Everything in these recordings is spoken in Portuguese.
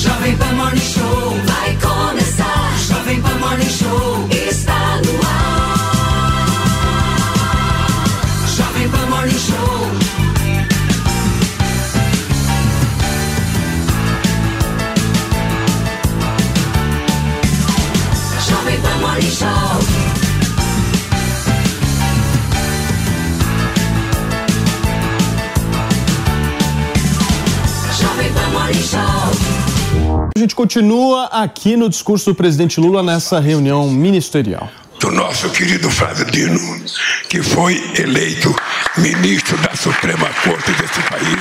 Jovem Pan Morning Show vai começar. Jovem Pan Morning Show está no ar. Jovem Pan Morning Show. Jovem Pan Morning Show. Jovem Pan Morning Show. A gente continua aqui no discurso do presidente Lula nessa reunião ministerial. Do nosso querido Flávio Dino, que foi eleito ministro da Suprema Corte desse país.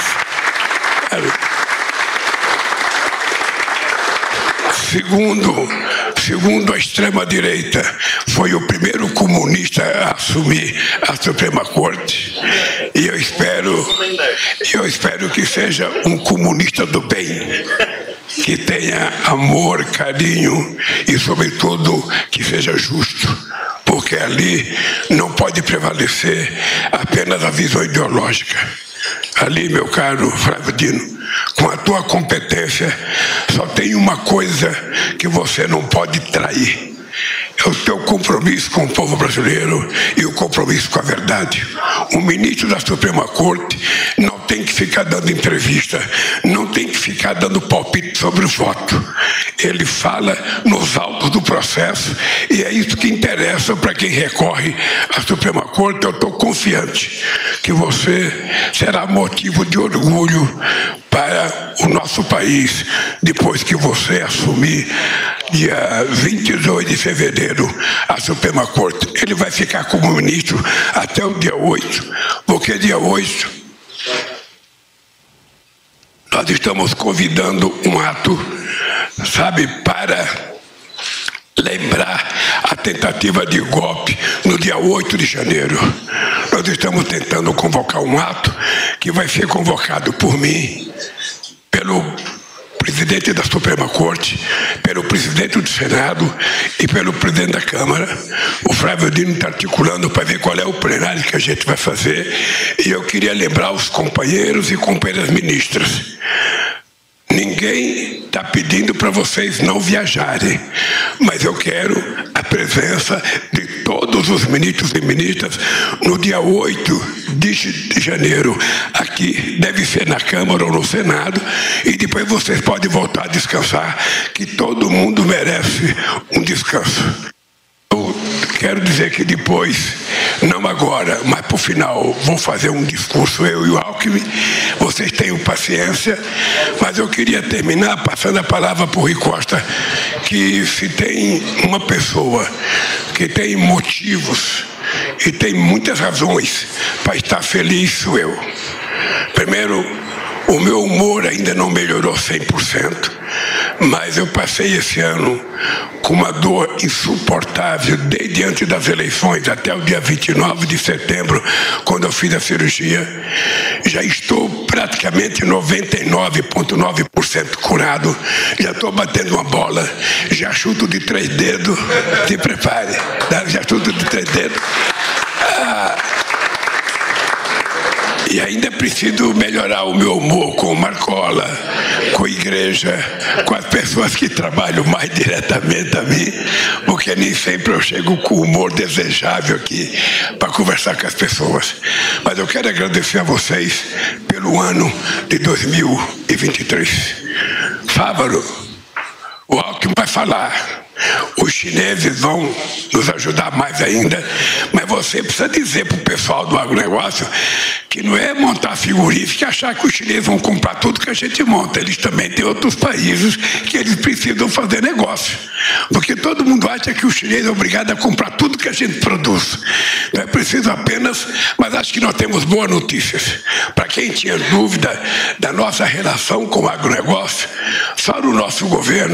Segundo a extrema-direita, foi o primeiro comunista a assumir a Suprema Corte. E eu espero que seja um comunista do bem, que tenha amor, carinho e, sobretudo, que seja justo. Porque ali não pode prevalecer apenas a visão ideológica. Ali, meu caro Flávio Dino, com a tua competência, só tem uma coisa que você não pode trair. É o teu compromisso com o povo brasileiro e o compromisso com a verdade. O ministro da Suprema Corte não tem que ficar dando entrevista, não tem que ficar dando palpite sobre o voto. Ele fala nos autos do processo e é isso que interessa para quem recorre à Suprema Corte. Eu estou confiante que você será motivo de orgulho para o nosso país depois que você assumir dia 22 de fevereiro a Suprema Corte. Ele vai ficar como ministro até o dia 8, porque dia 8 nós estamos convidando um ato, sabe, para lembrar a tentativa de golpe no dia 8 de janeiro. Nós estamos tentando convocar um ato que vai ser convocado por mim, pelo presidente da Suprema Corte, pelo presidente do Senado e pelo presidente da Câmara. O Flávio Dino está articulando para ver qual é o plenário que a gente vai fazer. E eu queria lembrar os companheiros e companheiras ministras. Ninguém está pedindo para vocês não viajarem, mas eu quero a presença de todos os ministros e ministras no dia 8 de janeiro. Aqui deve ser na Câmara ou no Senado, e depois vocês podem voltar a descansar, que todo mundo merece um descanso. Eu quero dizer que depois, não agora, mas para o final, vou fazer um discurso, eu e o Alckmin. Vocês tenham paciência, mas eu queria terminar passando a palavra para o Rui Costa, que se tem uma pessoa que tem motivos e tem muitas razões para estar feliz, sou eu. Primeiro, o meu humor ainda não melhorou 100%, mas eu passei esse ano com uma dor insuportável desde antes das eleições até o dia 29 de setembro, quando eu fiz a cirurgia. Já estou praticamente 99,9% curado, já estou batendo uma bola, já chuto de 3 dedos, se prepare, já chuto de 3 dedos. E ainda preciso melhorar o meu humor com o Marcola, com a igreja, com as pessoas que trabalham mais diretamente a mim, porque nem sempre eu chego com o humor desejável aqui para conversar com as pessoas. Mas eu quero agradecer a vocês pelo ano de 2023. Fávaro, o Alckmin vai falar. Os chineses vão nos ajudar mais ainda, mas você precisa dizer para o pessoal do agronegócio que não é montar frigorífico e achar que os chineses vão comprar tudo que a gente monta. Eles também têm outros países que eles precisam fazer negócio, porque todo mundo acha que o chinês é obrigado a comprar tudo que a gente produz. Não é preciso apenas, mas acho que nós temos boas notícias. Para quem tinha dúvida da nossa relação com o agronegócio, só no nosso governo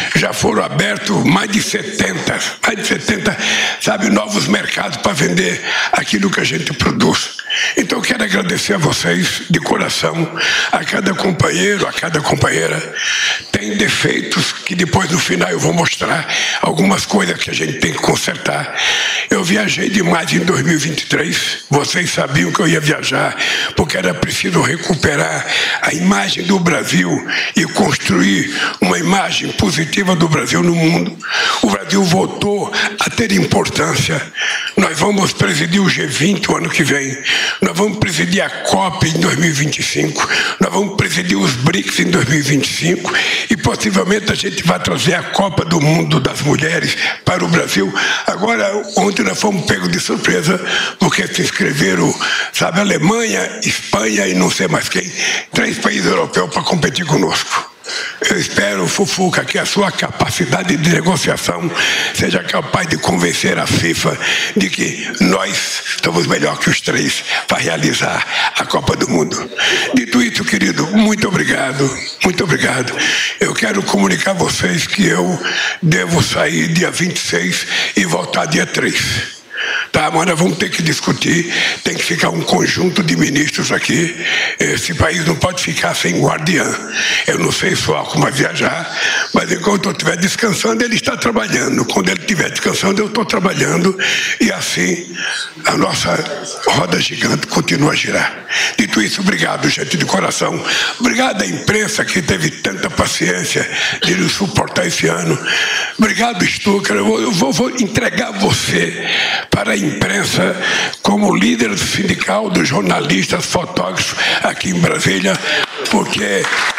já foram abertos mais de 70, sabe, novos mercados para vender aquilo que a gente produz. Então, eu quero agradecer a vocês de coração, a cada companheiro, a cada companheira. Tem defeitos que depois, no final, eu vou mostrar algumas coisas que a gente tem que consertar. Eu viajei demais em 2023. Vocês sabiam que eu ia viajar, porque era preciso recuperar a imagem do Brasil e construir uma imagem positiva do Brasil no mundo. O Brasil voltou a ter importância. Nós vamos presidir o G20 o ano que vem. Nós vamos presidir a COP em 2025. Nós vamos presidir os BRICS em 2025. E possivelmente a gente vai trazer a Copa do Mundo das Mulheres para o Brasil. Agora, ontem nós fomos pegos de surpresa, porque se inscreveram, sabe, Alemanha, Espanha e não sei mais quem, 3 países europeus para competir conosco. Eu espero, Fufuca, que a sua capacidade de negociação seja capaz de convencer a FIFA de que nós estamos melhor que os 3 para realizar a Copa do Mundo. Dito isso, querido, muito obrigado, muito obrigado. Eu quero comunicar a vocês que eu devo sair dia 26 e voltar dia 3. Tá, mas nós vamos ter que discutir, tem que ficar um conjunto de ministros aqui. Esse país não pode ficar sem guardiã. Eu não sei se o Alckmin vai viajar, mas enquanto eu estiver descansando, ele está trabalhando. Quando ele estiver descansando, eu estou trabalhando. E assim, a nossa roda gigante continua a girar. Dito isso, obrigado, gente, de coração. Obrigado à imprensa que teve tanta paciência de nos suportar esse ano. Obrigado, Stucker. Eu vou entregar você para a imprensa como líder sindical dos jornalistas, fotógrafos aqui em Brasília, porque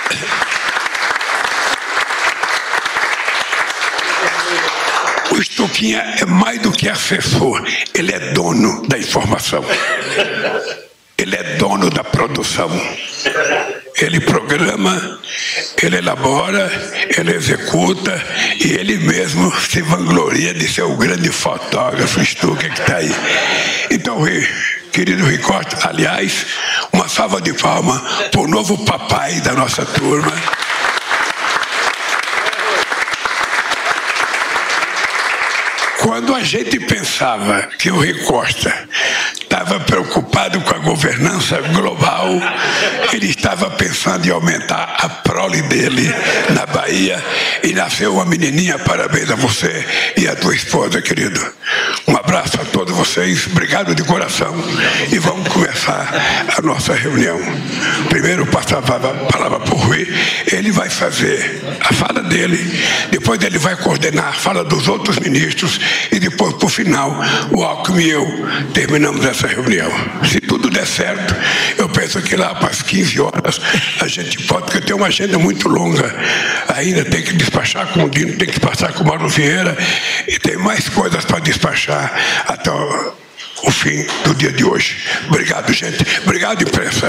o Stuquinha é mais do que assessor, ele é dono da informação, ele é dono da produção. Ele programa, ele elabora, ele executa e ele mesmo se vangloria de ser o grande fotógrafo Stucker que está aí. Então, querido Rui Costa, aliás, uma salva de palmas para o novo papai da nossa turma. Quando a gente pensava que o Rui Costa estava preocupado com a governança global, ele estava pensando em aumentar a prole dele na Bahia e nasceu uma menininha. Parabéns a você e a tua esposa, querido. Um abraço a todos vocês, obrigado de coração e vamos começar a nossa reunião. Primeiro passar a palavra para o Rui, ele vai fazer a fala dele, depois ele vai coordenar a fala dos outros ministros e depois, por final, o Alckmin e eu terminamos essa reunião. Se tudo der certo, eu penso que lá para as 15 horas a gente pode, porque tem uma agenda muito longa. Ainda tem que despachar com o Dino, tem que despachar com o Mauro Vieira e tem mais coisas para despachar até o fim do dia de hoje. Obrigado, gente. Obrigado, imprensa.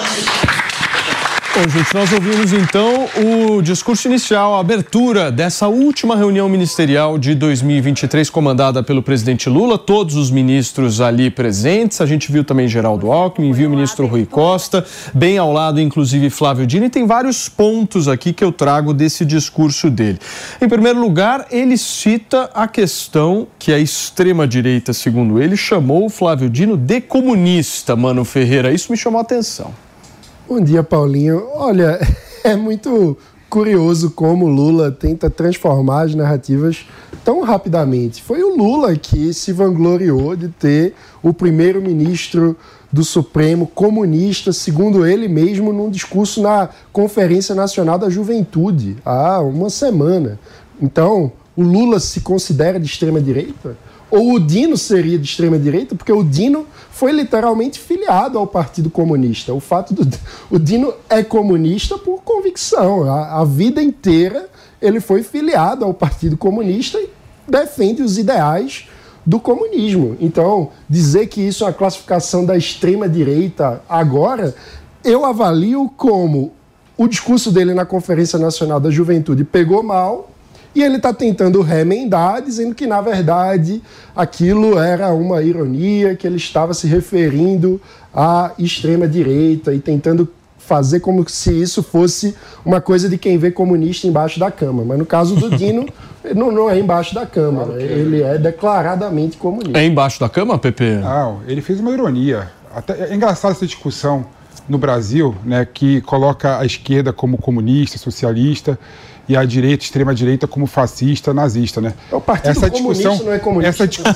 Bom, gente, nós ouvimos então o discurso inicial, a abertura dessa última reunião ministerial de 2023, comandada pelo presidente Lula, todos os ministros ali presentes. A gente viu também Geraldo Alckmin, viu o ministro Rui Costa, bem ao lado, inclusive, Flávio Dino, e tem vários pontos aqui que eu trago desse discurso dele. Em primeiro lugar, ele cita a questão que a extrema-direita, segundo ele, chamou o Flávio Dino de comunista, Mano Ferreira. Isso me chamou a atenção. Bom dia, Paulinho. Olha, é muito curioso como Lula tenta transformar as narrativas tão rapidamente. Foi o Lula que se vangloriou de ter o primeiro-ministro do Supremo comunista, segundo ele mesmo, num discurso na Conferência Nacional da Juventude, há uma semana. Então, o Lula se considera de extrema-direita? Ou o Dino seria de extrema-direita? Porque o Dino foi literalmente filiado ao Partido Comunista. O Dino é comunista por convicção. A vida inteira ele foi filiado ao Partido Comunista e defende os ideais do comunismo. Então, dizer que isso é uma classificação da extrema-direita agora, eu avalio como o discurso dele na Conferência Nacional da Juventude pegou mal, e ele está tentando remendar, dizendo que, na verdade, aquilo era uma ironia, que ele estava se referindo à extrema-direita e tentando fazer como se isso fosse uma coisa de quem vê comunista embaixo da cama. Mas no caso do Dino, não é embaixo da cama. Claro, ele é declaradamente comunista. É embaixo da cama, Pepe? Não, ele fez uma ironia. Até, é engraçado essa discussão no Brasil, né, que coloca a esquerda como comunista, socialista, e a direita, extrema-direita, como fascista, nazista, né? O Partido Comunista não é comunista.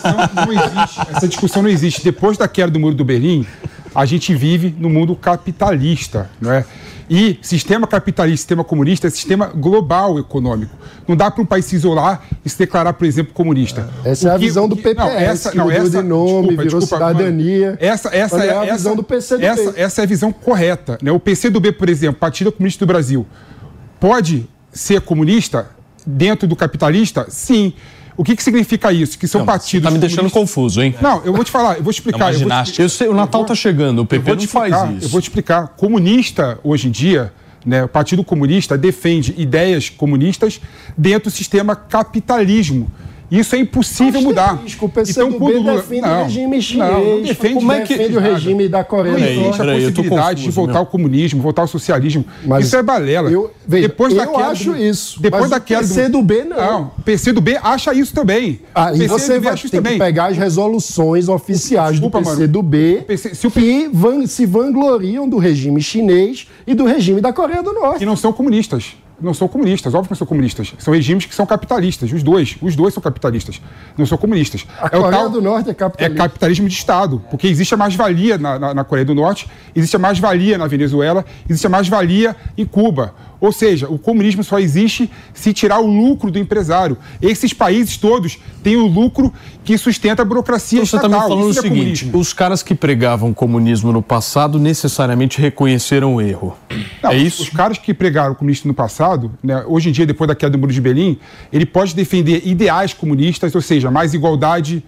Essa discussão não existe. Depois da queda do Muro do Berlim, a gente vive no mundo capitalista, não é? E sistema capitalista, sistema comunista é sistema global econômico. Não dá para um país se isolar e se declarar, por exemplo, comunista. Essa é a visão do PPS, que mudou de nome, virou cidadania. Essa é a visão do PCdoB. Essa é a visão correta, né? O PCdoB, por exemplo, Partido Comunista do Brasil, pode ser comunista dentro do capitalista? Sim. O que significa isso? Que são partidos... Tá me deixando confuso, hein? Não, eu vou te falar, eu vou te explicar. Eu sei, o Natal tá chegando, o PP não faz isso. Eu vou te explicar. Comunista, hoje em dia, né, o Partido Comunista defende ideias comunistas dentro do sistema capitalismo. Isso é impossível mudar. O PCdoB defende o regime chinês. Não defende, como é que defende o regime da Coreia do Norte? Existe a possibilidade de voltar ao comunismo, voltar ao socialismo. Mas isso é balela. Eu acho isso. Depois da queda do PCdoB, não. O PCdoB acha isso também. E você vai ter que pegar as resoluções oficiais do PCdoB que se vangloriam do regime chinês e do regime da Coreia do Norte. Que não são comunistas. Não são comunistas, óbvio que não são comunistas. São regimes que são capitalistas, os dois são capitalistas, não são comunistas. A Coreia do Norte é capitalista. É capitalismo de Estado, porque existe a mais-valia na Coreia do Norte, existe a mais-valia na Venezuela, existe a mais-valia em Cuba. Ou seja, o comunismo só existe se tirar o lucro do empresário. Esses países todos têm o lucro que sustenta a burocracia estatal. Você está me falando o seguinte, os caras que pregavam comunismo no passado necessariamente reconheceram o erro. Não, é isso? Os caras que pregaram o comunismo no passado, né, hoje em dia, depois da queda do Muro de Berlim, ele pode defender ideais comunistas, ou seja, mais igualdade,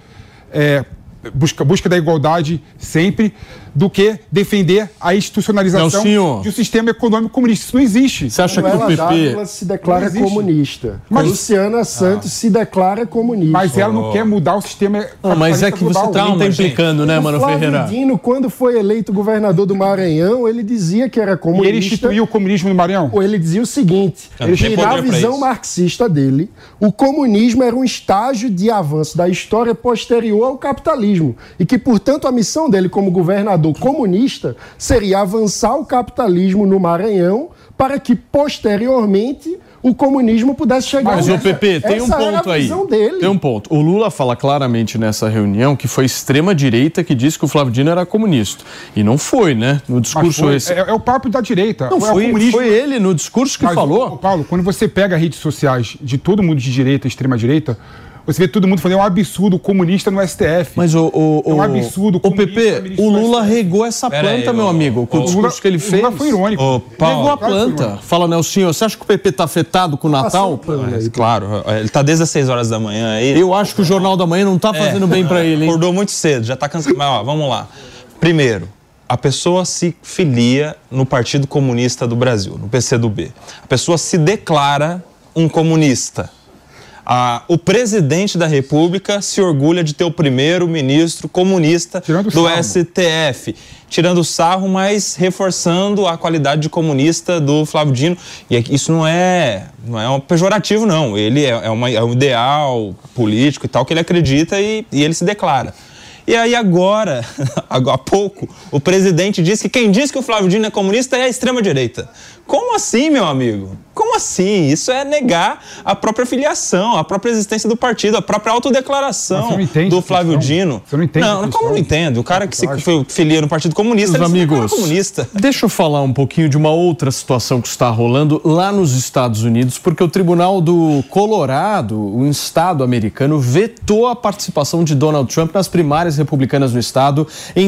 busca da igualdade sempre, do que defender a institucionalização de um sistema econômico comunista. Isso não existe. Você acha que o PP... Dávila se declara comunista. Mas Luciana Santos se declara comunista. Mas ela não quer mudar o sistema mas é que você também está implicando, né, Mano Ferreira? Flávio Dino, quando foi eleito governador do Maranhão, ele dizia que era comunista. E ele instituiu o comunismo no Maranhão? Ele dizia o seguinte, na visão marxista dele, o comunismo era um estágio de avanço da história posterior ao capitalismo. E que, portanto, a missão dele como governador comunista seria avançar o capitalismo no Maranhão para que, posteriormente, o comunismo pudesse chegar... Mas o PP, tem um ponto aí. Tem um ponto. O Lula fala claramente nessa reunião que foi a extrema-direita que disse que o Flávio Dino era comunista. E não foi, né? No discurso esse... É o papo da direita. Não, foi ele no discurso que falou. Paulo, quando você pega redes sociais de todo mundo de direita e extrema-direita, você vê todo mundo falando, é um absurdo comunista no STF. Mas é um absurdo o PP, o Lula regou essa planta, meu amigo, com o discurso que ele fez. O Lula foi irônico. Regou a planta. Fala, Nelsinho, você acha que o PP está afetado com o Natal? Claro, ele está desde as 6 horas da manhã aí. Eu acho que o Jornal da Manhã não está fazendo bem para ele, hein? Acordou muito cedo, já está cansado. Mas, ó, vamos lá. Primeiro, a pessoa se filia no Partido Comunista do Brasil, no PCdoB. A pessoa se declara um comunista. O presidente da República se orgulha de ter o primeiro-ministro comunista do STF, tirando sarro, mas reforçando a qualidade de comunista do Flávio Dino. E isso não é um pejorativo, não. Ele é um ideal político e tal que ele acredita e ele se declara. E aí agora, há pouco, o presidente disse que quem diz que o Flávio Dino é comunista é a extrema-direita. Como assim, meu amigo? Como assim? Isso é negar a própria filiação, a própria existência do partido, a própria autodeclaração do Flávio Dino. Você não entende? Não, como não entendo? O cara que se filia no Partido Comunista, ele amigos, se declara comunista. Deixa eu falar um pouquinho de uma outra situação que está rolando lá nos Estados Unidos, porque o Tribunal do Colorado, um estado americano, vetou a participação de Donald Trump nas primárias republicanas no estado em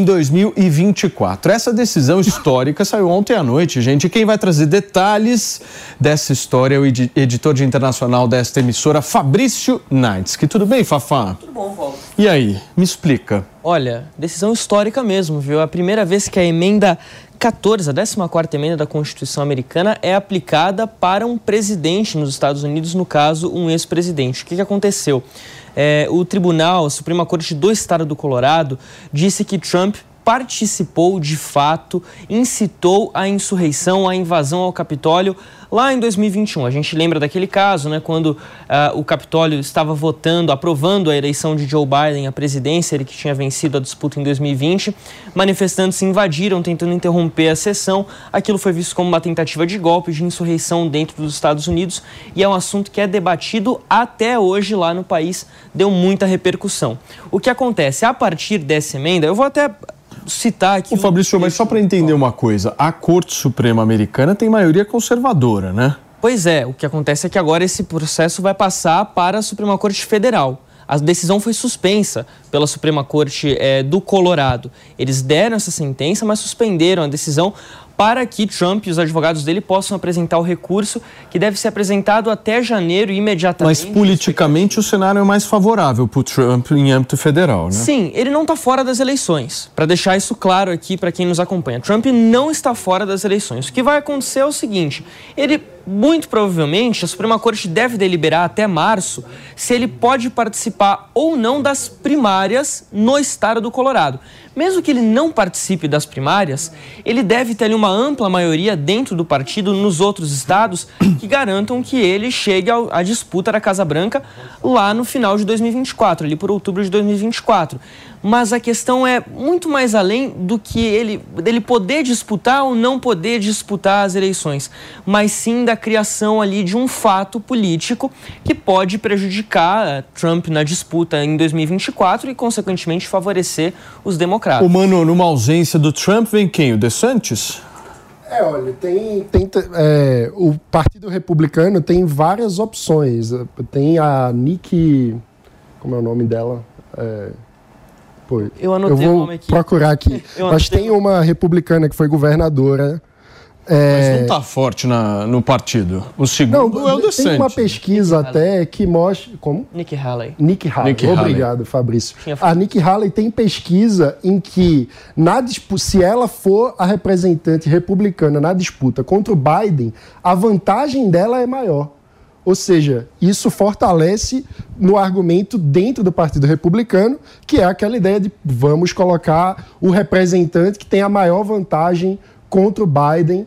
2024. Essa decisão histórica saiu ontem à noite, gente. E quem vai trazer detalhes dessa história é o editor de internacional desta emissora, Fabrício Nainski. Tudo bem, Fafá? Tudo bom, Paulo. E aí, me explica. Olha, decisão histórica mesmo, viu? É a primeira vez que a emenda 14, a 14ª emenda da Constituição americana, é aplicada para um presidente nos Estados Unidos, no caso, um ex-presidente. O que aconteceu? O tribunal, a Suprema Corte do Estado do Colorado, disse que Trump participou de fato, incitou a insurreição, a invasão ao Capitólio lá em 2021. A gente lembra daquele caso, né, quando o Capitólio estava aprovando a eleição de Joe Biden à presidência, ele que tinha vencido a disputa em 2020. Manifestantes invadiram, tentando interromper a sessão. Aquilo foi visto como uma tentativa de golpe, de insurreição dentro dos Estados Unidos, e é um assunto que é debatido até hoje lá no país, deu muita repercussão. O que acontece? A partir dessa emenda, eu vou até citar aqui... Fabrício, mas só para entender uma coisa, a Corte Suprema Americana tem maioria conservadora, né? Pois é, o que acontece é que agora esse processo vai passar para a Suprema Corte Federal. A decisão foi suspensa pela Suprema Corte do Colorado. Eles deram essa sentença, mas suspenderam a decisão para que Trump e os advogados dele possam apresentar o recurso, que deve ser apresentado até janeiro imediatamente. Mas politicamente o cenário é mais favorável para o Trump em âmbito federal, né? Sim, ele não está fora das eleições. Para deixar isso claro aqui para quem nos acompanha, Trump não está fora das eleições. O que vai acontecer é o seguinte, muito provavelmente, a Suprema Corte deve deliberar até março se ele pode participar ou não das primárias no estado do Colorado. Mesmo que ele não participe das primárias, ele deve ter ali uma ampla maioria dentro do partido nos outros estados que garantam que ele chegue à disputa da Casa Branca lá no final de 2024, ali por outubro de 2024. Mas a questão é muito mais além do que dele poder disputar ou não poder disputar as eleições, mas sim da criação ali de um fato político que pode prejudicar Trump na disputa em 2024 e, consequentemente, favorecer os democratas. Ô, Mano, numa ausência do Trump, vem quem? O DeSantis? Olha, o Partido Republicano tem várias opções. Tem a Nikki... Como é o nome dela? Eu anotei o nome aqui. Procurar aqui. Mas tem uma republicana que foi governadora. Mas não está forte no partido. O segundo é o DeSantis. Tem uma pesquisa até que mostra... Como? Nikki Haley. Obrigado, Fabrício. A Nikki Haley tem pesquisa em que, se ela for a representante republicana na disputa contra o Biden, a vantagem dela é maior. Ou seja, isso fortalece no argumento dentro do Partido Republicano, que é aquela ideia de vamos colocar o representante que tem a maior vantagem contra o Biden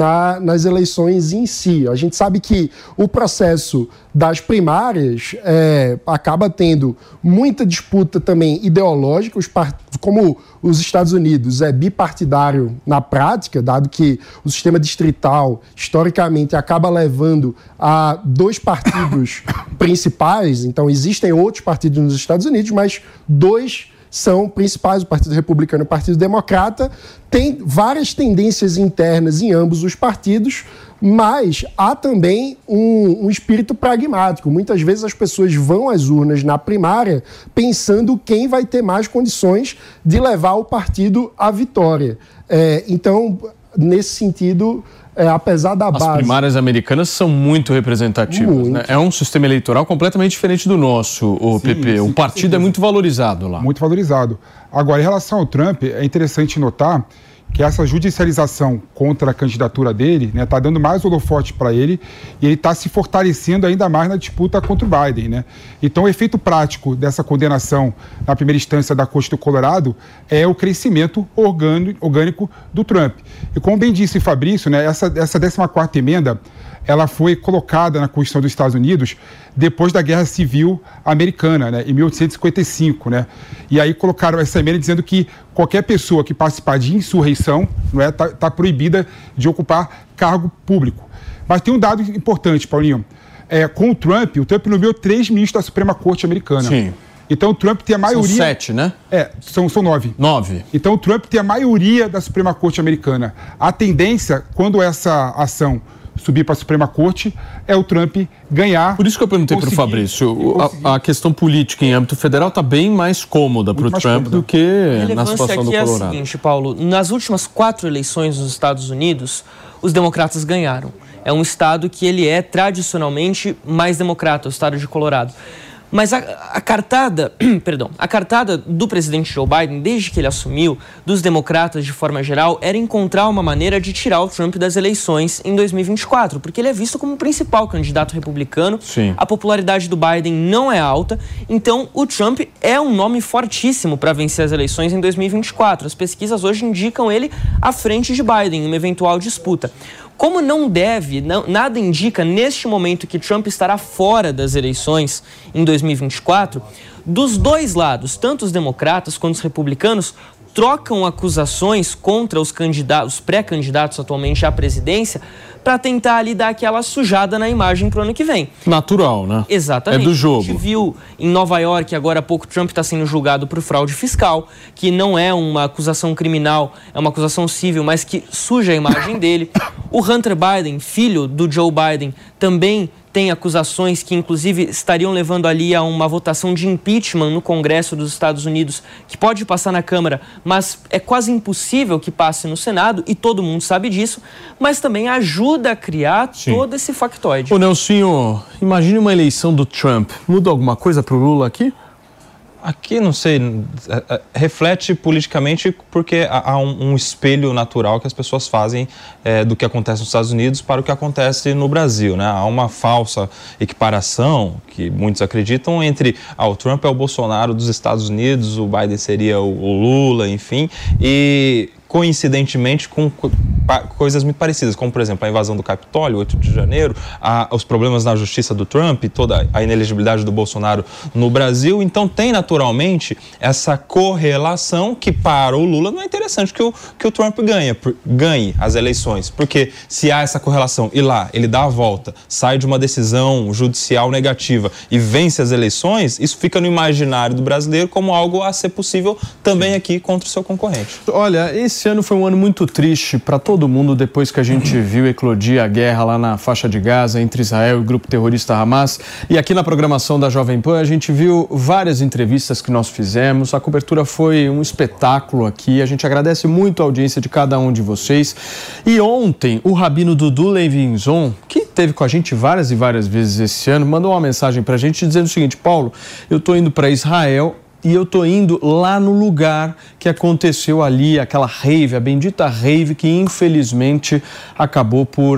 nas eleições em si. A gente sabe que o processo das primárias acaba tendo muita disputa também ideológica, como os Estados Unidos é bipartidário na prática, dado que o sistema distrital, historicamente, acaba levando a dois partidos principais, então existem outros partidos nos Estados Unidos, mas dois são principais, o Partido Republicano e o Partido Democrata. Tem várias tendências internas em ambos os partidos, mas há também um espírito pragmático. Muitas vezes as pessoas vão às urnas na primária pensando quem vai ter mais condições de levar o partido à vitória. Então, nesse sentido... apesar da base... As primárias americanas são muito representativas, né? É um sistema eleitoral completamente diferente do nosso, o PP. O partido é muito valorizado lá. Muito valorizado. Agora, em relação ao Trump, é interessante notar que essa judicialização contra a candidatura dele está dando mais holofote para ele e ele está se fortalecendo ainda mais na disputa contra o Biden, né? Então, o efeito prático dessa condenação na primeira instância da Corte do Colorado é o crescimento orgânico do Trump. E como bem disse Fabrício, né, essa 14ª emenda, ela foi colocada na Constituição dos Estados Unidos depois da Guerra Civil Americana, né, em 1855, né? E aí colocaram essa emenda dizendo que qualquer pessoa que participar de insurreição está proibida de ocupar cargo público. Mas tem um dado importante, Paulinho. Com o Trump nomeou 3 ministros da Suprema Corte americana. Sim. Então o Trump tem a maioria... São 7, né? São 9. 9. Então o Trump tem a maioria da Suprema Corte americana. A tendência, quando essa ação subir para a Suprema Corte, é o Trump ganhar. Por isso que eu perguntei para o Fabrício, a questão política em âmbito federal está bem mais cômoda para o Trump do que na situação do Colorado. É a seguinte, Paulo, nas últimas 4 eleições nos Estados Unidos, os democratas ganharam. É um estado que ele é tradicionalmente mais democrata, o estado de Colorado. Mas a cartada, a cartada do presidente Joe Biden, desde que ele assumiu, dos democratas de forma geral, era encontrar uma maneira de tirar o Trump das eleições em 2024, porque ele é visto como o principal candidato republicano. Sim. A popularidade do Biden não é alta, então o Trump é um nome fortíssimo para vencer as eleições em 2024. As pesquisas hoje indicam ele à frente de Biden em uma eventual disputa. Como nada indica neste momento que Trump estará fora das eleições em 2024, dos dois lados, tanto os democratas quanto os republicanos, trocam acusações contra os pré-candidatos atualmente à presidência para tentar ali dar aquela sujada na imagem para o ano que vem. Natural, né? Exatamente. É do jogo. A gente viu em Nova York, agora há pouco, Trump está sendo julgado por fraude fiscal, que não é uma acusação criminal, é uma acusação civil, mas que suja a imagem dele. O Hunter Biden, filho do Joe Biden, também tem acusações que, inclusive, estariam levando ali a uma votação de impeachment no Congresso dos Estados Unidos, que pode passar na Câmara, mas é quase impossível que passe no Senado, e todo mundo sabe disso, mas também ajuda a criar todo esse factoide. Ô, Nelsinho, imagine uma eleição do Trump. Muda alguma coisa pro Lula aqui? Aqui, não sei, reflete politicamente porque há um espelho natural que as pessoas fazem do que acontece nos Estados Unidos para o que acontece no Brasil, né? Há uma falsa equiparação, que muitos acreditam, entre o Trump é o Bolsonaro dos Estados Unidos, o Biden seria o Lula, enfim, e coincidentemente com coisas muito parecidas, como, por exemplo, a invasão do Capitólio, 8 de janeiro, os problemas na justiça do Trump, toda a inelegibilidade do Bolsonaro no Brasil. Então, tem naturalmente essa correlação que, para o Lula, não é interessante que o Trump ganhe as eleições, porque se há essa correlação e lá ele dá a volta, sai de uma decisão judicial negativa e vence as eleições, isso fica no imaginário do brasileiro como algo a ser possível também aqui contra o seu concorrente. Olha, esse ano foi um ano muito triste para todo mundo depois que a gente viu eclodir a guerra lá na faixa de Gaza entre Israel e o grupo terrorista Hamas. E aqui na programação da Jovem Pan a gente viu várias entrevistas que nós fizemos. A cobertura foi um espetáculo aqui. A gente agradece muito a audiência de cada um de vocês. E ontem o rabino Dudu Levinson, que esteve com a gente várias e várias vezes esse ano, mandou uma mensagem para a gente dizendo o seguinte: Paulo, eu estou indo para Israel e eu tô indo lá no lugar que aconteceu ali, aquela rave, a bendita rave, que infelizmente acabou por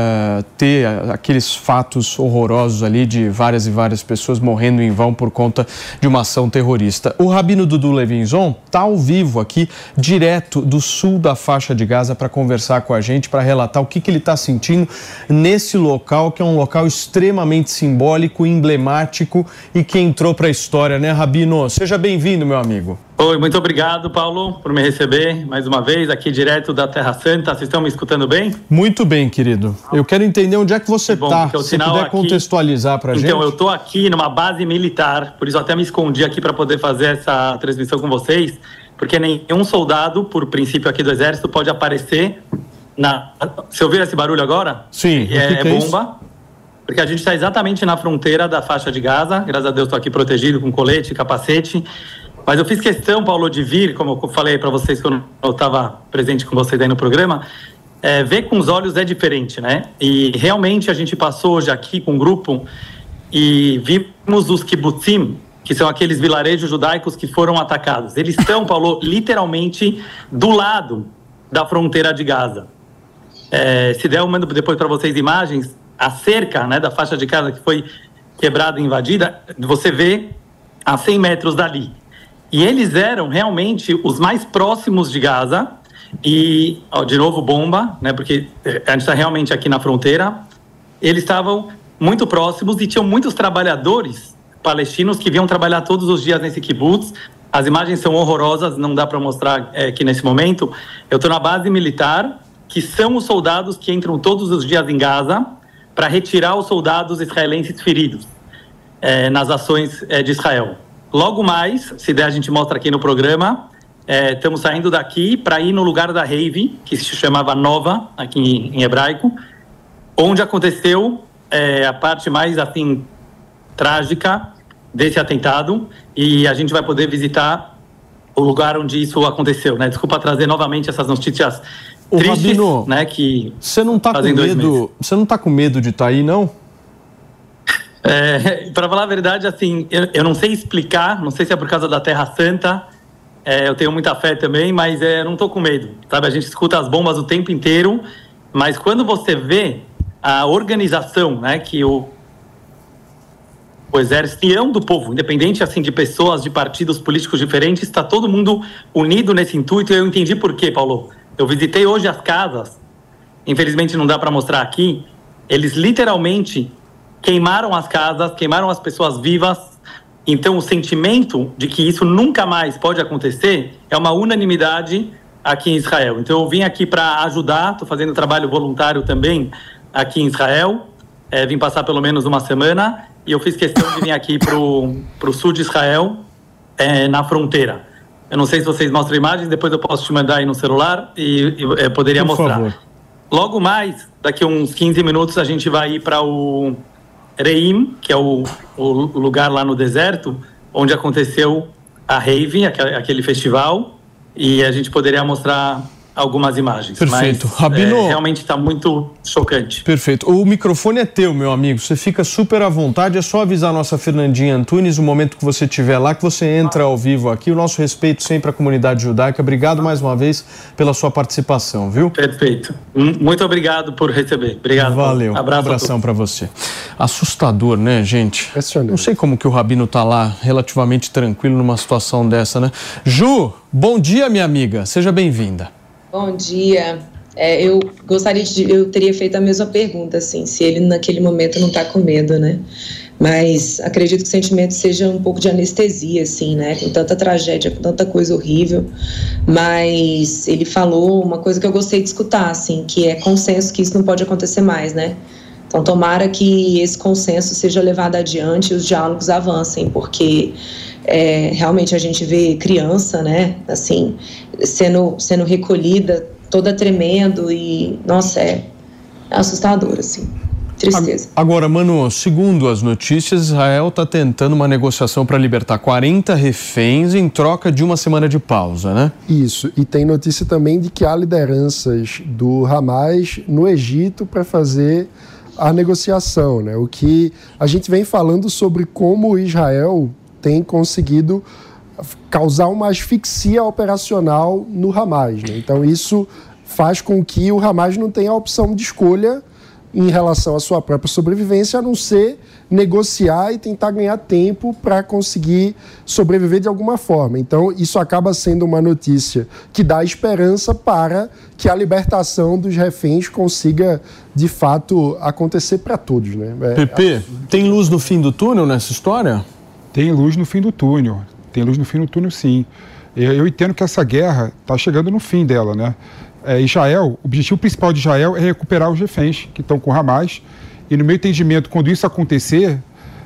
ter aqueles fatos horrorosos ali de várias e várias pessoas morrendo em vão por conta de uma ação terrorista. O rabino Dudu Levinson tá ao vivo aqui, direto do sul da faixa de Gaza, para conversar com a gente, para relatar o que ele está sentindo nesse local, que é um local extremamente simbólico, emblemático e que entrou para a história, né, rabino? Seja bem-vindo, meu amigo. Oi, muito obrigado, Paulo, por me receber mais uma vez aqui direto da Terra Santa. Vocês estão me escutando bem? Muito bem, querido. Eu quero entender onde é que você está, se puder aqui contextualizar para a gente. Então, eu estou aqui numa base militar, por isso eu até me escondi aqui para poder fazer essa transmissão com vocês, porque nenhum soldado, por princípio aqui do Exército, pode aparecer na... Você ouviu esse barulho agora? Sim. É bomba. Porque a gente está exatamente na fronteira da faixa de Gaza. Graças a Deus estou aqui protegido com colete, capacete. Mas eu fiz questão, Paulo, de vir, como eu falei para vocês quando eu estava presente com vocês aí no programa, ver com os olhos é diferente, né? E realmente a gente passou hoje aqui com um grupo e vimos os kibbutzim, que são aqueles vilarejos judaicos que foram atacados. Eles estão, Paulo, literalmente do lado da fronteira de Gaza. Se der, eu mando depois para vocês imagens. A cerca, né, da faixa de Gaza que foi quebrada e invadida, você vê a 100 metros dali. E eles eram realmente os mais próximos de Gaza. E, de novo, bomba, né, porque a gente está realmente aqui na fronteira. Eles estavam muito próximos e tinham muitos trabalhadores palestinos que vinham trabalhar todos os dias nesse kibbutz. As imagens são horrorosas, não dá para mostrar aqui nesse momento. Eu estou na base militar, que são os soldados que entram todos os dias em Gaza para retirar os soldados israelenses feridos nas ações de Israel. Logo mais, se der a gente mostra aqui no programa, estamos saindo daqui para ir no lugar da rave, que se chamava Nova, aqui em hebraico, onde aconteceu a parte mais, assim, trágica desse atentado, e a gente vai poder visitar o lugar onde isso aconteceu, né? Desculpa trazer novamente essas notícias tristes, Rabino, né, que você não tá com medo? Você não tá com medo de estar aí, não? Para falar a verdade, assim, eu não sei explicar, não sei se é por causa da Terra Santa, eu tenho muita fé também, mas eu não estou com medo, sabe? A gente escuta as bombas o tempo inteiro, mas quando você vê a organização, né, que o exército do povo, independente assim de pessoas, de partidos políticos diferentes, está todo mundo unido nesse intuito. E eu entendi por quê, Paulo. Eu visitei hoje as casas, infelizmente não dá para mostrar aqui, eles literalmente queimaram as casas, queimaram as pessoas vivas. Então o sentimento de que isso nunca mais pode acontecer é uma unanimidade aqui em Israel. Então eu vim aqui para ajudar, estou fazendo trabalho voluntário também aqui em Israel, vim passar pelo menos uma semana. E eu fiz questão de vir aqui para o sul de Israel, na fronteira. Eu não sei se vocês mostram imagens, depois eu posso te mandar aí no celular e poderia Por mostrar. favor. Logo mais, daqui a uns 15 minutos, a gente vai ir para o Reim, que é o lugar lá no deserto, onde aconteceu a Rave, aquele festival, e a gente poderia mostrar algumas imagens. Perfeito. Mas, Rabino, realmente está muito chocante. Perfeito. O microfone é teu, meu amigo. Você fica super à vontade. É só avisar a nossa Fernandinha Antunes, no momento que você estiver lá, que você entra ao vivo aqui. O nosso respeito sempre à comunidade judaica. Obrigado mais uma vez pela sua participação, viu? Perfeito. Muito obrigado por receber. Obrigado. Valeu. Um abração para você. Assustador, né, gente? Não sei como que o Rabino tá lá relativamente tranquilo numa situação dessa, né? Ju, bom dia, minha amiga. Seja bem-vinda. Bom dia. Eu teria feito a mesma pergunta, assim, se ele naquele momento não está com medo, né? Mas acredito que o sentimento seja um pouco de anestesia, assim, né? Com tanta tragédia, com tanta coisa horrível. Mas ele falou uma coisa que eu gostei de escutar, assim, que é consenso que isso não pode acontecer mais, né? Então, tomara que esse consenso seja levado adiante e os diálogos avancem, porque realmente a gente vê criança, né, assim, sendo recolhida, toda tremendo e, nossa, é assustador, assim, tristeza. Agora, Manu, segundo as notícias, Israel está tentando uma negociação para libertar 40 reféns em troca de uma semana de pausa, né? Isso, e tem notícia também de que há lideranças do Hamas no Egito para fazer a negociação, né? O que a gente vem falando sobre como Israel tem conseguido causar uma asfixia operacional no Hamas, né? Então isso faz com que o Hamas não tenha a opção de escolha em relação à sua própria sobrevivência, a não ser negociar e tentar ganhar tempo para conseguir sobreviver de alguma forma. Então, isso acaba sendo uma notícia que dá esperança para que a libertação dos reféns consiga, de fato, acontecer para todos, né? Pepe, tem luz no fim do túnel nessa história? Tem luz no fim do túnel. Tem luz no fim do túnel, sim. Eu entendo que essa guerra está chegando no fim dela, né? Israel, o objetivo principal de Israel é recuperar os reféns que estão com o Hamas. E no meu entendimento, quando isso acontecer,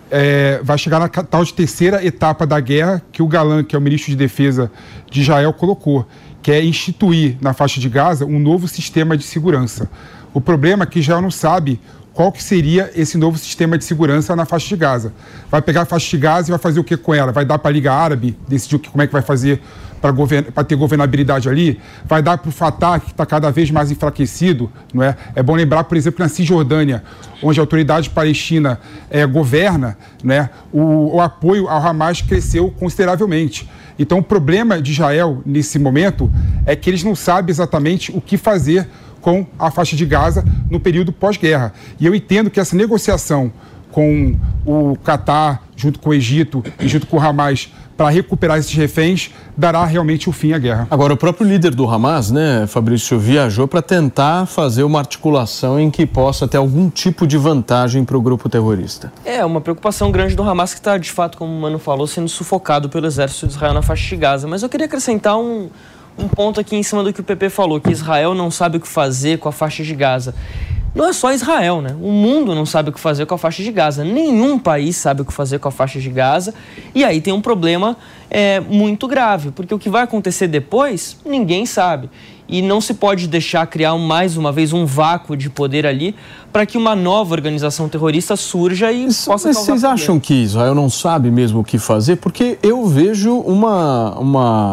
vai chegar na tal de terceira etapa da guerra que o Gallant, que é o ministro de Defesa de Israel, colocou, que é instituir na faixa de Gaza um novo sistema de segurança. O problema é que Israel não sabe qual que seria esse novo sistema de segurança na faixa de Gaza. Vai pegar a faixa de Gaza e vai fazer o que com ela? Vai dar para a Liga Árabe decidir como é que vai fazer para ter governabilidade ali? Vai dar para o Fatah, que está cada vez mais enfraquecido, não é? É bom lembrar, por exemplo, que na Cisjordânia, onde a autoridade palestina governa, né, o apoio ao Hamas cresceu consideravelmente. Então, o problema de Israel, nesse momento, é que eles não sabem exatamente o que fazer com a faixa de Gaza no período pós-guerra. E eu entendo que essa negociação com o Catar, junto com o Egito e junto com o Hamas, para recuperar esses reféns, dará realmente o fim à guerra. Agora, o próprio líder do Hamas, né, Fabrício, viajou para tentar fazer uma articulação em que possa ter algum tipo de vantagem para o grupo terrorista. É uma preocupação grande do Hamas, que está, de fato, como o Mano falou, sendo sufocado pelo exército de Israel na faixa de Gaza. Mas eu queria acrescentar um ponto aqui em cima do que o Pepe falou, que Israel não sabe o que fazer com a faixa de Gaza. Não é só Israel, né? O mundo não sabe o que fazer com a faixa de Gaza. Nenhum país sabe o que fazer com a faixa de Gaza. E aí tem um problema muito grave, porque o que vai acontecer depois, ninguém sabe. E não se pode deixar criar mais uma vez um vácuo de poder ali para que uma nova organização terrorista surja e possa causar. Mas vocês acham que Israel não sabe mesmo o que fazer? Porque eu vejo uma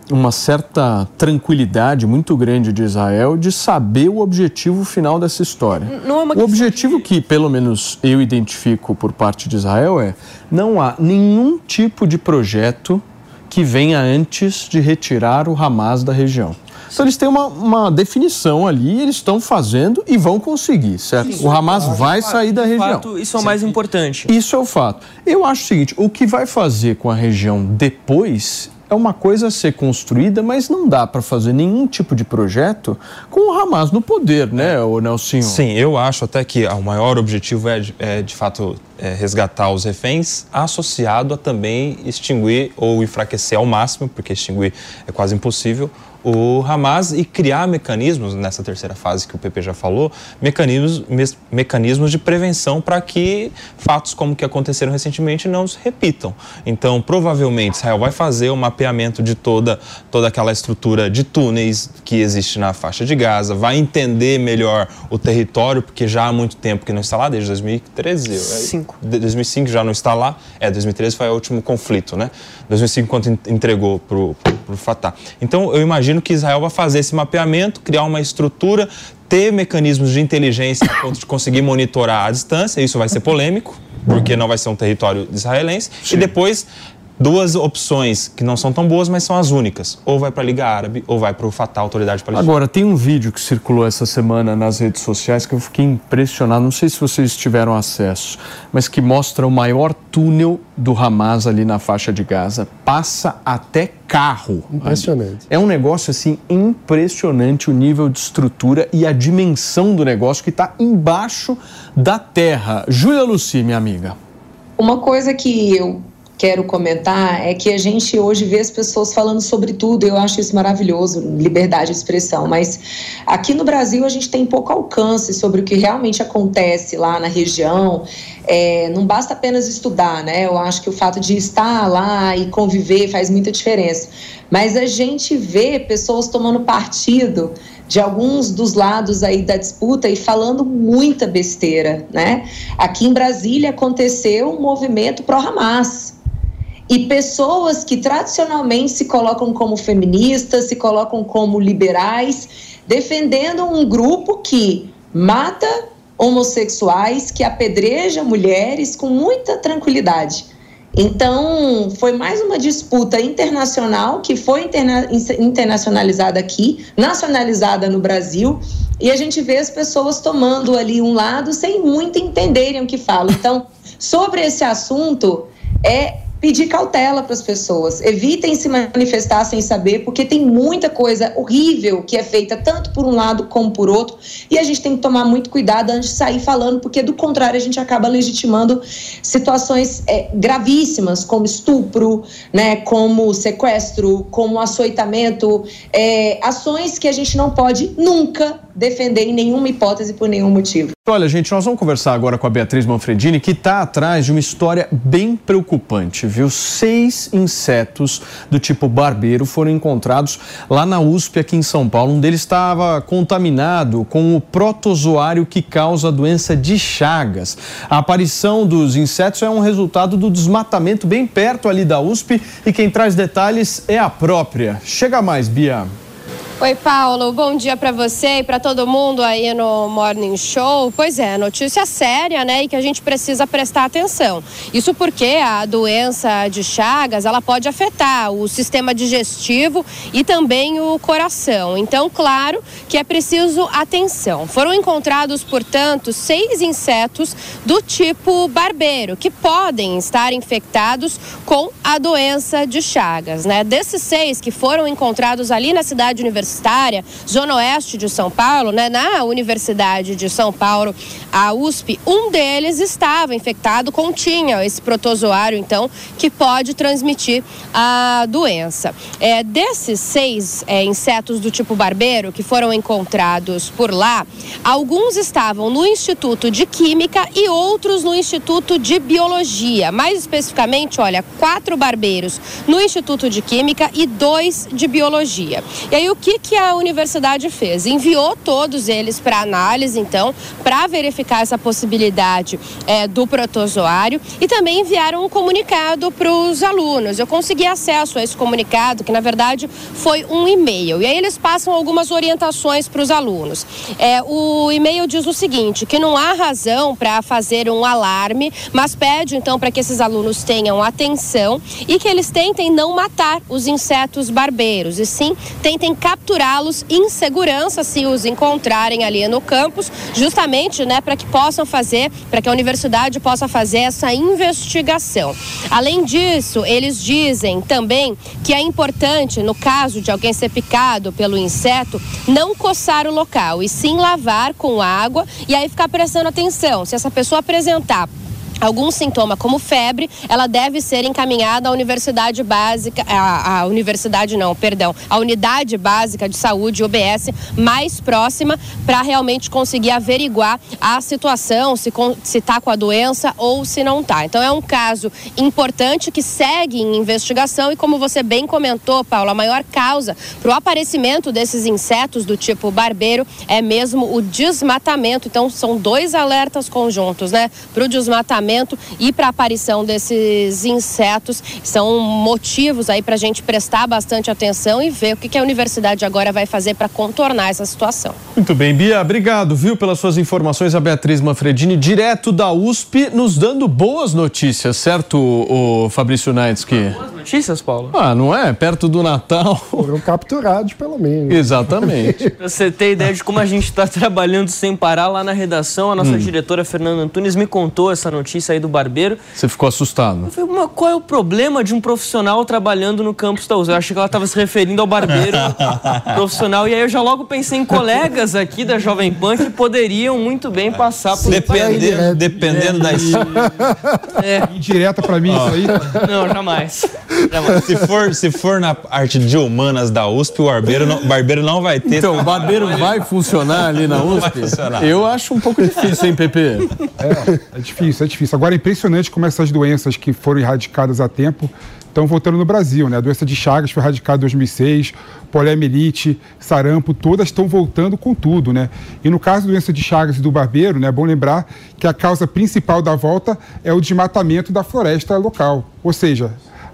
uma certa tranquilidade muito grande de Israel de saber o objetivo final dessa história. O objetivo que, pelo menos, eu identifico por parte de Israel não há nenhum tipo de projeto que venha antes de retirar o Hamas da região. Então eles têm uma definição ali, eles estão fazendo e vão conseguir, certo? Sim, o Hamas vai sair da região. Fato, isso é o mais importante. Isso é o fato. Eu acho o seguinte, o que vai fazer com a região depois é uma coisa a ser construída, mas não dá para fazer nenhum tipo de projeto com o Hamas no poder, né, Nelsinho? Sim, eu acho até que o maior objetivo de fato, resgatar os reféns, associado a também extinguir ou enfraquecer ao máximo, porque extinguir é quase impossível, o Hamas e criar mecanismos, nessa terceira fase que o PP já falou, mecanismos de prevenção para que fatos como que aconteceram recentemente não se repitam. Então, provavelmente, Israel vai fazer o mapeamento de toda aquela estrutura de túneis que existe na faixa de Gaza, vai entender melhor o território, porque já há muito tempo que não está lá, desde 2013. 2005 já não está lá. 2013 foi o último conflito, né? 2005 quando entregou para o Fatah. Então, eu imagino que Israel vai fazer esse mapeamento, criar uma estrutura, ter mecanismos de inteligência a ponto de conseguir monitorar à distância. Isso vai ser polêmico, porque não vai ser um território israelense. Sim. E depois, duas opções que não são tão boas, mas são as únicas. Ou vai para a Liga Árabe, ou vai para o Fatah, Autoridade Palestina. Agora, tem um vídeo que circulou essa semana nas redes sociais que eu fiquei impressionado, não sei se vocês tiveram acesso, mas que mostra o maior túnel do Hamas ali na faixa de Gaza. Passa até carro. Impressionante. Ali. É um negócio, assim, impressionante o nível de estrutura e a dimensão do negócio que está embaixo da terra. Júlia Luci, minha amiga. Uma coisa que eu quero comentar é que a gente hoje vê as pessoas falando sobre tudo, eu acho isso maravilhoso, liberdade de expressão, mas aqui no Brasil a gente tem pouco alcance sobre o que realmente acontece lá na região. Não basta apenas estudar, né? Eu acho que o fato de estar lá e conviver faz muita diferença, mas a gente vê pessoas tomando partido de alguns dos lados aí da disputa e falando muita besteira, né? Aqui em Brasília aconteceu um movimento pró-Hamas. E pessoas que tradicionalmente se colocam como feministas, se colocam como liberais, defendendo um grupo que mata homossexuais, que apedreja mulheres com muita tranquilidade. Então, foi mais uma disputa internacional que foi internacionalizada aqui, nacionalizada no Brasil, e a gente vê as pessoas tomando ali um lado sem muito entenderem o que falam. Então, sobre esse assunto, pedir cautela para as pessoas, evitem se manifestar sem saber, porque tem muita coisa horrível que é feita tanto por um lado como por outro, e a gente tem que tomar muito cuidado antes de sair falando, porque do contrário a gente acaba legitimando situações gravíssimas, como estupro, né, como sequestro, como açoitamento, ações que a gente não pode nunca defender em nenhuma hipótese por nenhum motivo. Olha, gente, nós vamos conversar agora com a Beatriz Manfredini, que está atrás de uma história bem preocupante, viu? 6 insetos do tipo barbeiro foram encontrados lá na USP, aqui em São Paulo. Um deles estava contaminado com o protozoário que causa a doença de Chagas. A aparição dos insetos é um resultado do desmatamento bem perto ali da USP, e quem traz detalhes é a própria. Chega mais, Bia. Oi, Paulo, bom dia para você e para todo mundo aí no Morning Show. Pois é, notícia séria, né, e que a gente precisa prestar atenção. Isso porque a doença de Chagas, ela pode afetar o sistema digestivo e também o coração. Então, claro que é preciso atenção. Foram encontrados, portanto, 6 insetos do tipo barbeiro, que podem estar infectados com a doença de Chagas, né? Desses 6 que foram encontrados ali na cidade universitária, Zona Oeste de São Paulo, né, na Universidade de São Paulo, a USP, um deles estava infectado, continha esse protozoário, então, que pode transmitir a doença. Desses 6 insetos do tipo barbeiro que foram encontrados por lá, alguns estavam no Instituto de Química e outros no Instituto de Biologia. Mais especificamente, olha, 4 barbeiros no Instituto de Química e 2 de Biologia. E aí, o que que a universidade fez? Enviou todos eles para análise, então, para verificar essa possibilidade do protozoário, e também enviaram um comunicado para os alunos. Eu consegui acesso a esse comunicado, que na verdade foi um e-mail, e aí eles passam algumas orientações para os alunos. O e-mail diz o seguinte, que não há razão para fazer um alarme, mas pede então para que esses alunos tenham atenção e que eles tentem não matar os insetos barbeiros, e sim tentem capturá-los em segurança se os encontrarem ali no campus, justamente, né, para que a universidade possa fazer essa investigação. Além disso, eles dizem também que é importante, no caso de alguém ser picado pelo inseto, não coçar o local e sim lavar com água, e aí ficar prestando atenção. Se essa pessoa apresentar algum sintoma como febre, ela deve ser encaminhada à universidade básica, a unidade básica de saúde, UBS, mais próxima, para realmente conseguir averiguar a situação, se está com a doença ou se não está. Então é um caso importante que segue em investigação e, como você bem comentou, Paulo, a maior causa para o aparecimento desses insetos do tipo barbeiro é mesmo o desmatamento. Então são dois alertas conjuntos, né? Para o desmatamento e para a aparição desses insetos, são motivos aí para a gente prestar bastante atenção e ver o que a universidade agora vai fazer para contornar essa situação. Muito bem, Bia, obrigado, viu, pelas suas informações. A Beatriz Manfredini, direto da USP, nos dando boas notícias, certo, o Fabrício Naitsky? Boas notícias, Paulo? Não é? Perto do Natal. Foram capturados, pelo menos. Exatamente. Pra você ter ideia de como a gente está trabalhando sem parar lá na redação, a nossa diretora Fernanda Antunes me contou essa notícia aí do barbeiro. Você ficou assustado? Eu falei, mas qual é o problema de um profissional trabalhando no campus da USP? Eu achei que ela estava se referindo ao barbeiro profissional, e aí eu já logo pensei em colegas aqui da Jovem Pan que poderiam muito bem passar por... Dependendo da Indireta pra mim isso aí? Não, jamais. Se for na arte de humanas da USP, o barbeiro não vai ter. Então, o barbeiro vai funcionar ali na USP? Eu acho um pouco difícil, hein, Pepe? É difícil. Agora é impressionante como essas doenças que foram erradicadas há tempo estão voltando no Brasil, né? A doença de Chagas foi erradicada em 2006, poliomielite, sarampo, todas estão voltando com tudo, né? E no caso da doença de Chagas e do barbeiro, né, é bom lembrar que a causa principal da volta é o desmatamento da floresta local, ou seja,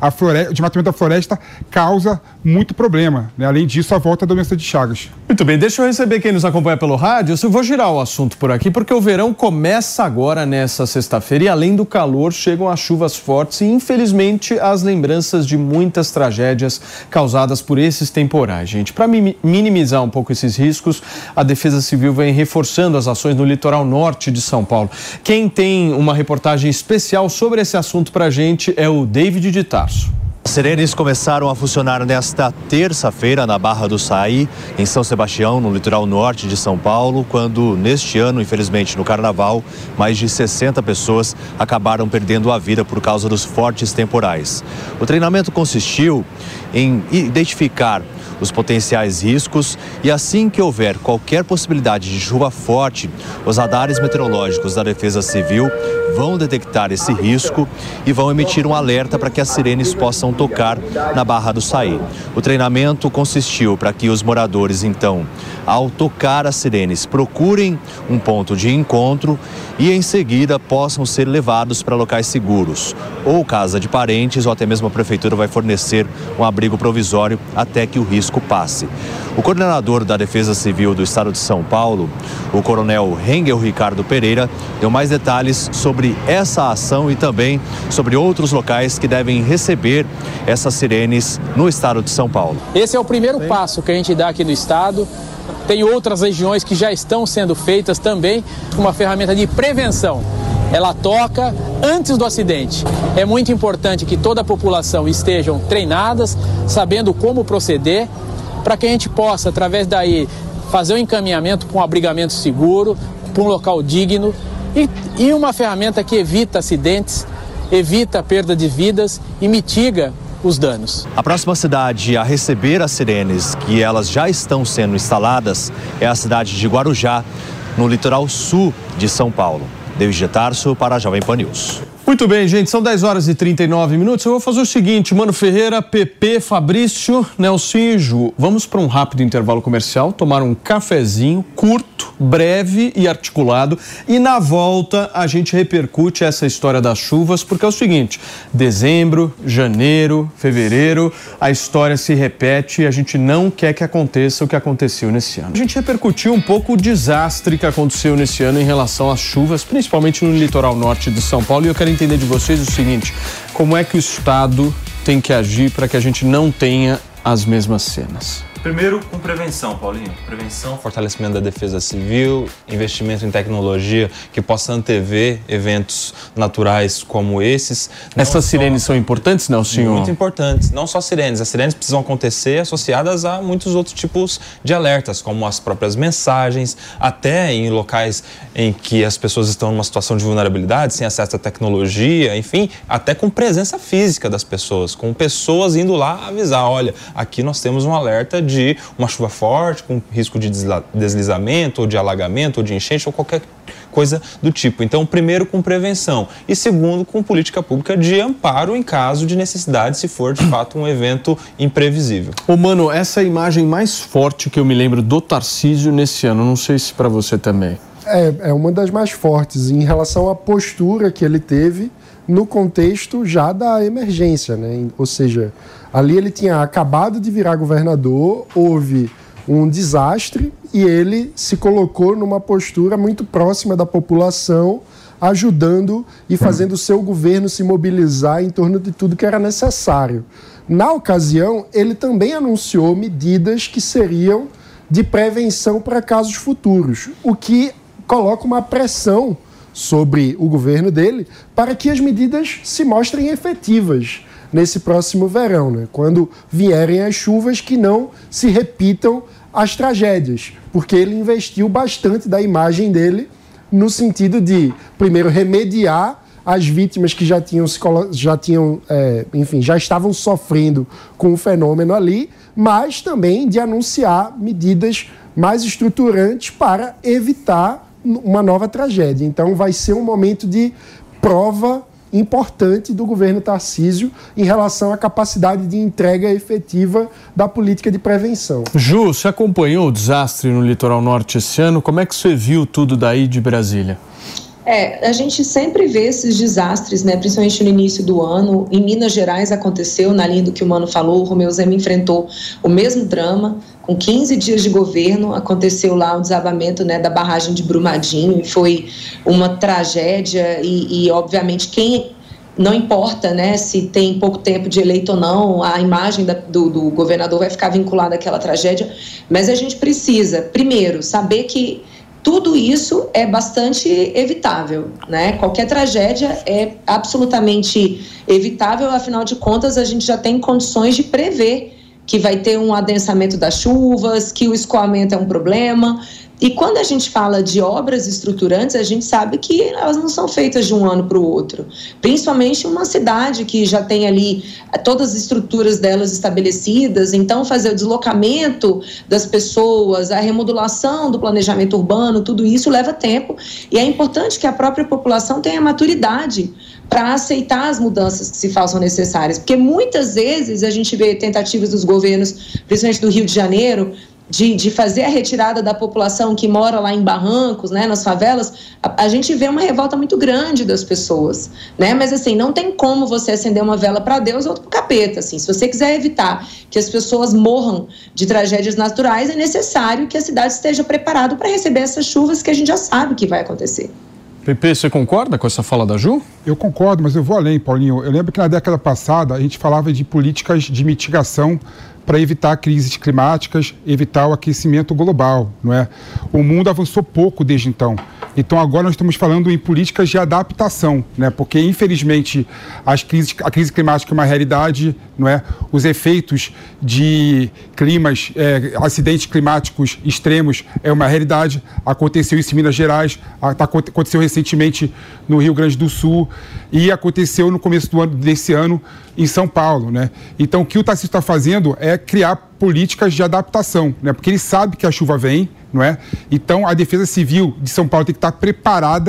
o desmatamento da floresta causa muito problema, né? Além disso, a volta da doença de Chagas. Muito bem, deixa eu receber quem nos acompanha pelo rádio. Eu vou girar o assunto por aqui, porque o verão começa agora nessa sexta-feira e, além do calor, chegam as chuvas fortes e, infelizmente, as lembranças de muitas tragédias causadas por esses temporais, gente. Para minimizar um pouco esses riscos, a Defesa Civil vem reforçando as ações no litoral norte de São Paulo. Quem tem uma reportagem especial sobre esse assunto para a gente é o David de Tarso. As sirenes começaram a funcionar nesta terça-feira na Barra do Saí, em São Sebastião, no litoral norte de São Paulo, quando neste ano, infelizmente no Carnaval, mais de 60 pessoas acabaram perdendo a vida por causa dos fortes temporais. O treinamento consistiu em identificar os potenciais riscos e, assim que houver qualquer possibilidade de chuva forte, os radares meteorológicos da Defesa Civil vão detectar esse risco e vão emitir um alerta para que as sirenes possam tocar na Barra do Saí. O treinamento consistiu para que os moradores, então, ao tocar as sirenes, procurem um ponto de encontro e, em seguida, possam ser levados para locais seguros, ou casa de parentes, ou até mesmo a prefeitura vai fornecer um abrigo provisório até que o risco passe. O coordenador da Defesa Civil do Estado de São Paulo, o coronel Rengel Ricardo Pereira, deu mais detalhes sobre essa ação e também sobre outros locais que devem receber essas sirenes no Estado de São Paulo. Esse é o primeiro passo que a gente dá aqui no Estado. Tem outras regiões que já estão sendo feitas também com uma ferramenta de prevenção. Ela toca antes do acidente. É muito importante que toda a população estejam treinadas, sabendo como proceder, para que a gente possa, através daí, fazer um encaminhamento para um abrigamento seguro, para um local digno e uma ferramenta que evita acidentes, evita a perda de vidas e mitiga os danos. A próxima cidade a receber as sirenes, que elas já estão sendo instaladas, é a cidade de Guarujá, no litoral sul de São Paulo. David de Tarso para a Jovem Pan News. Muito bem, gente, são 10 horas e 39 minutos. Eu vou fazer o seguinte, Mano Ferreira, PP, Fabrício, Nelson e Ju. Vamos para um rápido intervalo comercial, tomar um cafezinho curto, breve e articulado. E na volta a gente repercute essa história das chuvas, porque é o seguinte, dezembro, janeiro, fevereiro, a história se repete e a gente não quer que aconteça o que aconteceu nesse ano. A gente repercutiu um pouco o desastre que aconteceu nesse ano em relação às chuvas, principalmente no litoral norte de São Paulo, e eu quero entender de vocês o seguinte, como é que o Estado tem que agir para que a gente não tenha as mesmas cenas? Primeiro, com prevenção, Paulinho. Prevenção, fortalecimento da defesa civil, investimento em tecnologia que possa antever eventos naturais como esses. Essas sirenes são importantes, não, senhor? Muito importantes. Não só sirenes. As sirenes precisam acontecer associadas a muitos outros tipos de alertas, como as próprias mensagens, até em locais em que as pessoas estão numa situação de vulnerabilidade, sem acesso à tecnologia, enfim, até com presença física das pessoas, com pessoas indo lá avisar, olha, aqui nós temos um alerta de uma chuva forte, com risco de deslizamento, ou de alagamento, ou de enchente, ou qualquer coisa do tipo. Então, primeiro, com prevenção. E segundo, com política pública de amparo em caso de necessidade, se for, de fato, um evento imprevisível. Ô, Mano, essa é a imagem mais forte que eu me lembro do Tarcísio nesse ano. Não sei se para você também. É uma das mais fortes em relação à postura que ele teve no contexto já da emergência, né? Ou seja, ali ele tinha acabado de virar governador, houve um desastre e ele se colocou numa postura muito próxima da população, ajudando e fazendo o seu governo se mobilizar em torno de tudo que era necessário. Na ocasião, ele também anunciou medidas que seriam de prevenção para casos futuros, o que coloca uma pressão sobre o governo dele para que as medidas se mostrem efetivas nesse próximo verão, né? Quando vierem as chuvas, que não se repitam as tragédias, porque ele investiu bastante da imagem dele no sentido de, primeiro, remediar as vítimas que já estavam sofrendo com o fenômeno ali, mas também de anunciar medidas mais estruturantes para evitar uma nova tragédia. Então vai ser um momento de prova importante do governo Tarcísio em relação à capacidade de entrega efetiva da política de prevenção. Ju, você acompanhou o desastre no litoral norte esse ano? Como é que você viu tudo daí de Brasília? A gente sempre vê esses desastres, né? Principalmente no início do ano. Em Minas Gerais aconteceu, na linha do que o Mano falou, o Romeu Zema enfrentou o mesmo drama. Com 15 dias de governo, aconteceu lá o desabamento, né, da barragem de Brumadinho, e foi uma tragédia e obviamente, quem não importa, né, se tem pouco tempo de eleito ou não, a imagem do governador vai ficar vinculada àquela tragédia, mas a gente precisa, primeiro, saber que tudo isso é bastante evitável, né? Qualquer tragédia é absolutamente evitável, afinal de contas, a gente já tem condições de prever que vai ter um adensamento das chuvas, que o escoamento é um problema. E quando a gente fala de obras estruturantes, a gente sabe que elas não são feitas de um ano para o outro. Principalmente uma cidade que já tem ali todas as estruturas delas estabelecidas, então fazer o deslocamento das pessoas, a remodulação do planejamento urbano, tudo isso leva tempo. E é importante que a própria população tenha maturidade para aceitar as mudanças que se façam necessárias. Porque muitas vezes a gente vê tentativas dos governos, principalmente do Rio de Janeiro, de fazer a retirada da população que mora lá em barrancos, né, nas favelas. A gente vê uma revolta muito grande das pessoas, né? Mas assim, não tem como você acender uma vela para Deus ou para o capeta, assim. Se você quiser evitar que as pessoas morram de tragédias naturais, é necessário que a cidade esteja preparada para receber essas chuvas que a gente já sabe que vai acontecer. Pepe, você concorda com essa fala da Ju? Eu concordo, mas eu vou além, Paulinho. Eu lembro que na década passada a gente falava de políticas de mitigação para evitar crises climáticas, evitar o aquecimento global, não é? O mundo avançou pouco desde então. Então agora nós estamos falando em políticas de adaptação, né? Porque infelizmente a crise climática é uma realidade, não é? Os efeitos de climas, acidentes climáticos extremos é uma realidade. Aconteceu isso em Minas Gerais, aconteceu recentemente no Rio Grande do Sul e aconteceu no começo desse ano em São Paulo, né? Então o que o Tarcísio está fazendo é criar políticas de adaptação, né? Porque ele sabe que a chuva vem, não é? Então a Defesa Civil de São Paulo tem que estar preparada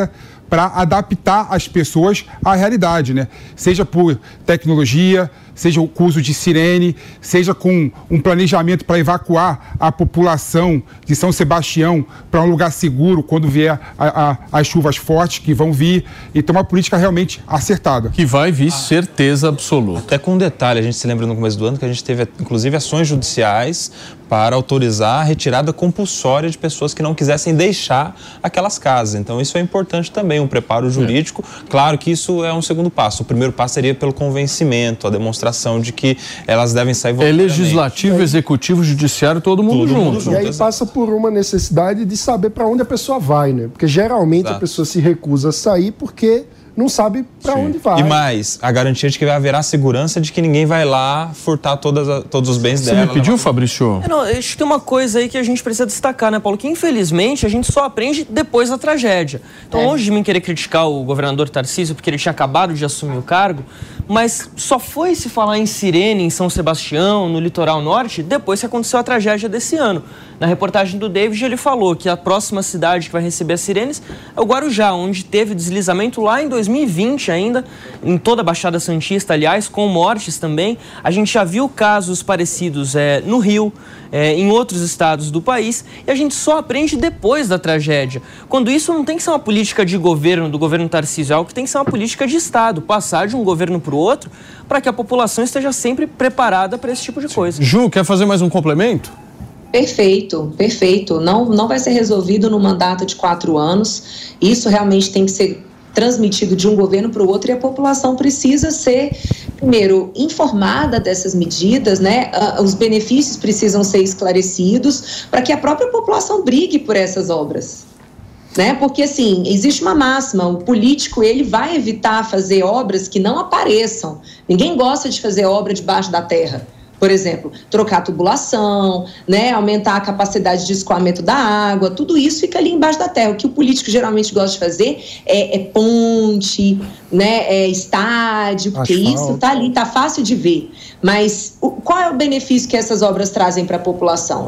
para adaptar as pessoas à realidade, né? Seja por tecnologia, seja com o uso de sirene, seja com um planejamento para evacuar a população de São Sebastião para um lugar seguro quando vier as chuvas fortes que vão vir. Então, uma política realmente acertada. Que vai vir certeza absoluta. Até com um detalhe, a gente se lembra no começo do ano que a gente teve, inclusive, ações judiciais para autorizar a retirada compulsória de pessoas que não quisessem deixar aquelas casas. Então, isso é importante também, um preparo jurídico. Claro que isso é um segundo passo. O primeiro passo seria pelo convencimento, a demonstração de que elas devem sair voluntariamente. É legislativo, executivo, judiciário, todo mundo junto. E aí passa por uma necessidade de saber para onde a pessoa vai, né? Porque geralmente a pessoa se recusa a sair porque não sabe para onde vai. E mais, a garantia de que haverá segurança de que ninguém vai lá furtar todos os bens dela. Você me pediu, Fabrício? Não, acho que tem uma coisa aí que a gente precisa destacar, né, Paulo? Que infelizmente a gente só aprende depois da tragédia. Então, longe de mim querer criticar o governador Tarcísio porque ele tinha acabado de assumir o cargo, mas só foi se falar em sirene em São Sebastião, no litoral norte, depois que aconteceu a tragédia desse ano. Na reportagem do David, ele falou que a próxima cidade que vai receber as sirenes é o Guarujá, onde teve deslizamento lá em 2020 ainda, em toda a Baixada Santista, aliás, com mortes também. A gente já viu casos parecidos no Rio, em outros estados do país, e a gente só aprende depois da tragédia. Quando isso não tem que ser uma política de governo, do governo Tarcísio, é algo que tem que ser uma política de Estado, passar de um governo para o outro, para que a população esteja sempre preparada para esse tipo de coisa. Ju, quer fazer mais um complemento? Perfeito, perfeito. Não vai ser resolvido no mandato de 4 anos. Isso realmente tem que ser transmitido de um governo para o outro e a população precisa ser, primeiro, informada dessas medidas, né? Os benefícios precisam ser esclarecidos para que a própria população brigue por essas obras. Né? Porque, assim, existe uma máxima, o político, ele vai evitar fazer obras que não apareçam. Ninguém gosta de fazer obra debaixo da terra. Por exemplo, trocar a tubulação, né, aumentar a capacidade de escoamento da água, tudo isso fica ali embaixo da terra. O que o político geralmente gosta de fazer é ponte, né, é estádio, porque isso está ali, está fácil de ver. Mas qual é o benefício que essas obras trazem para a população?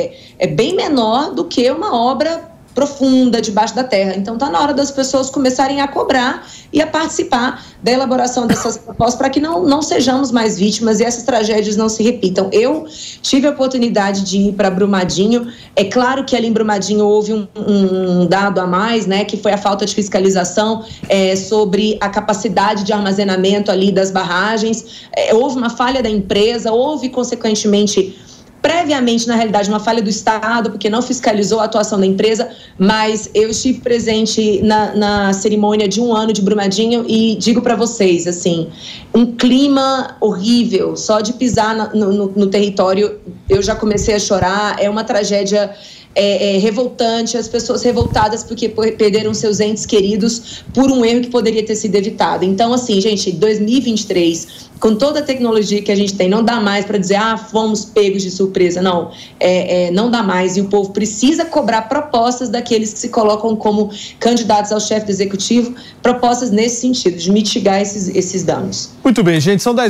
É bem menor do que uma obra profunda debaixo da terra. Então está na hora das pessoas começarem a cobrar e a participar da elaboração dessas propostas para que não sejamos mais vítimas e essas tragédias não se repitam. Eu tive a oportunidade de ir para Brumadinho. É claro que ali em Brumadinho houve um dado a mais, né, que foi a falta de fiscalização sobre a capacidade de armazenamento ali das barragens. Houve uma falha da empresa, houve consequentemente previamente, na realidade, uma falha do Estado, porque não fiscalizou a atuação da empresa, mas eu estive presente na cerimônia de 1 ano de Brumadinho e digo para vocês, assim, um clima horrível, só de pisar no território eu já comecei a chorar, é uma tragédia revoltante, as pessoas revoltadas porque perderam seus entes queridos por um erro que poderia ter sido evitado. Então, assim, gente, 2023, com toda a tecnologia que a gente tem, não dá mais para dizer, fomos pegos de surpresa. Não, não dá mais e o povo precisa cobrar propostas daqueles que se colocam como candidatos ao chefe do executivo, propostas nesse sentido, de mitigar esses danos. Muito bem, gente, são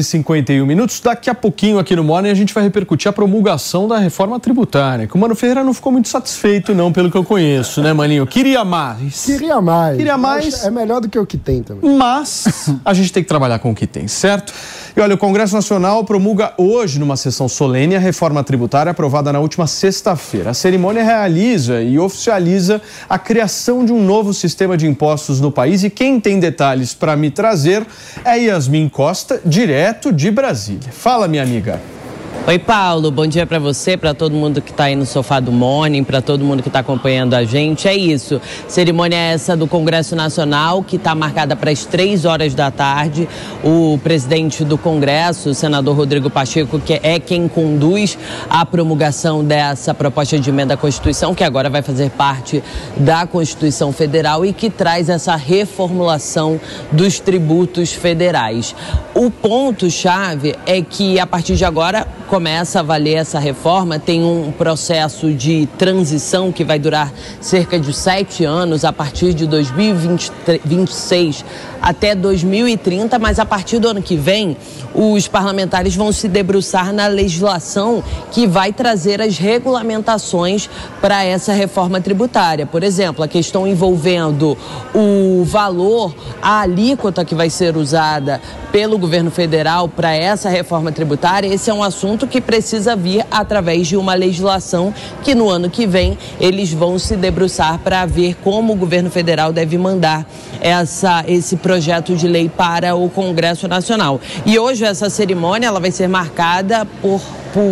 10h51. Daqui a pouquinho aqui no Morning a gente vai repercutir a promulgação da reforma tributária, que o Mano Ferreira não ficou muito satisfeito não, pelo que eu conheço, né, Maninho? Queria mais. Queria mais. É melhor do que o que tem também. Mas a gente tem que trabalhar com o que tem, certo? E olha, o Congresso Nacional promulga hoje, numa sessão solene, a reforma tributária aprovada na última sexta-feira. A cerimônia realiza e oficializa a criação de um novo sistema de impostos no país e quem tem detalhes para me trazer é Yasmin Costa, direto de Brasília. Fala, minha amiga. Oi, Paulo, bom dia para você, para todo mundo que está aí no sofá do Morning, para todo mundo que está acompanhando a gente. É isso, cerimônia essa do Congresso Nacional, que está marcada para as 3 horas da tarde. O presidente do Congresso, o senador Rodrigo Pacheco, que é quem conduz a promulgação dessa proposta de emenda à Constituição, que agora vai fazer parte da Constituição Federal e que traz essa reformulação dos tributos federais. O ponto-chave é que, a partir de agora, começa a valer essa reforma, tem um processo de transição que vai durar cerca de 7 anos, a partir de 2026 até 2030, mas a partir do ano que vem, os parlamentares vão se debruçar na legislação que vai trazer as regulamentações para essa reforma tributária. Por exemplo, a questão envolvendo o valor, a alíquota que vai ser usada pelo governo federal para essa reforma tributária, esse é um assunto que precisa vir através de uma legislação que no ano que vem eles vão se debruçar para ver como o governo federal deve mandar esse projeto de lei para o Congresso Nacional. E hoje essa cerimônia ela vai ser marcada por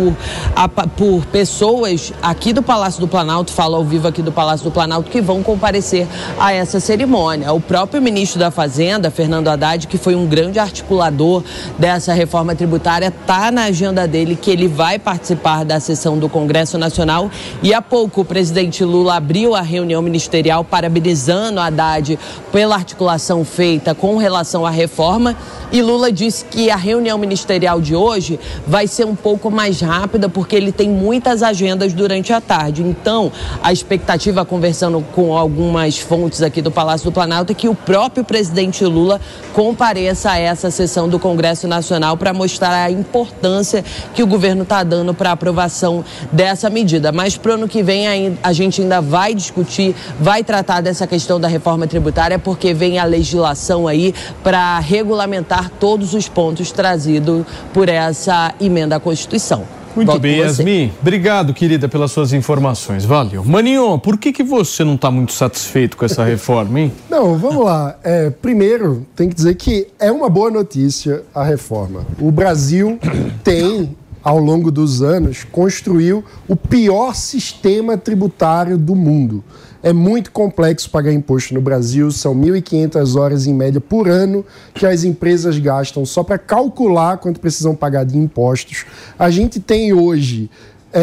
pessoas aqui do Palácio do Planalto, falo ao vivo aqui do Palácio do Planalto, que vão comparecer a essa cerimônia. O próprio ministro da Fazenda, Fernando Haddad, que foi um grande articulador dessa reforma tributária, está na agenda dele que ele vai participar da sessão do Congresso Nacional. E há pouco o presidente Lula abriu a reunião ministerial parabenizando Haddad pela articulação feita com relação à reforma. E Lula disse que a reunião ministerial de hoje vai ser um pouco mais rápida porque ele tem muitas agendas durante a tarde. Então, a expectativa, conversando com algumas fontes aqui do Palácio do Planalto, é que o próprio presidente Lula compareça a essa sessão do Congresso Nacional para mostrar a importância que o governo está dando para a aprovação dessa medida. Mas para o ano que vem a gente ainda vai discutir, vai tratar dessa questão da reforma tributária, porque vem a legislação aí para regulamentar todos os pontos trazidos por essa emenda à Constituição. Muito bem, Yasmin. Obrigado, querida, pelas suas informações. Valeu. Maninho, por que você não está muito satisfeito com essa reforma, hein? Não, vamos lá. Primeiro, tem que dizer que é uma boa notícia a reforma. O Brasil tem, ao longo dos anos, construiu o pior sistema tributário do mundo. É muito complexo pagar imposto no Brasil, são 1.500 horas em média por ano que as empresas gastam só para calcular quanto precisam pagar de impostos. A gente tem hoje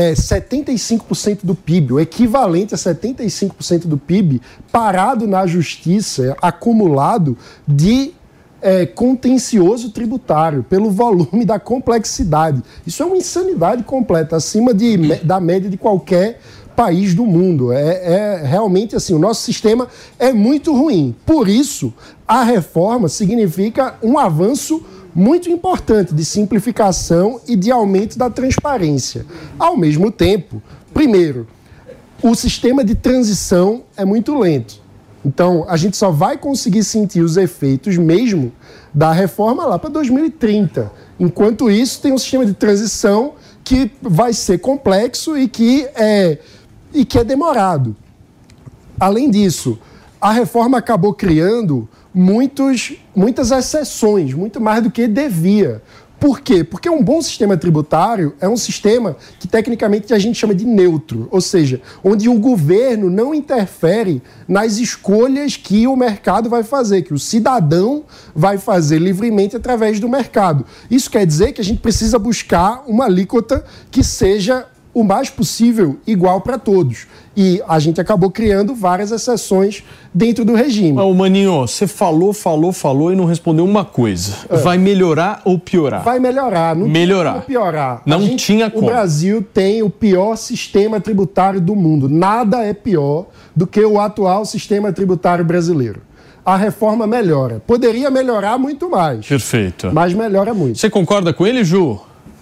75% do PIB, o equivalente a 75% do PIB, parado na justiça, acumulado de contencioso tributário, pelo volume da complexidade. Isso é uma insanidade completa, acima da média de qualquer país do mundo. Realmente assim, o nosso sistema é muito ruim. Por isso, a reforma significa um avanço muito importante de simplificação e de aumento da transparência. Ao mesmo tempo, primeiro, o sistema de transição é muito lento. Então, a gente só vai conseguir sentir os efeitos mesmo da reforma lá para 2030. Enquanto isso, tem um sistema de transição que vai ser complexo e que é demorado. Além disso, a reforma acabou criando muitas exceções, muito mais do que devia. Por quê? Porque um bom sistema tributário é um sistema que tecnicamente a gente chama de neutro, ou seja, onde o governo não interfere nas escolhas que o mercado vai fazer, que o cidadão vai fazer livremente através do mercado. Isso quer dizer que a gente precisa buscar uma alíquota que seja o mais possível igual para todos. E a gente acabou criando várias exceções dentro do regime. Ô, Maninho, você falou e não respondeu uma coisa. Vai melhorar ou piorar? Vai melhorar. Não melhorar. Não piorar. Não tinha como. O Brasil tem o pior sistema tributário do mundo. Nada é pior do que o atual sistema tributário brasileiro. A reforma melhora. Poderia melhorar muito mais. Perfeito. Mas melhora muito. Você concorda com ele, Ju?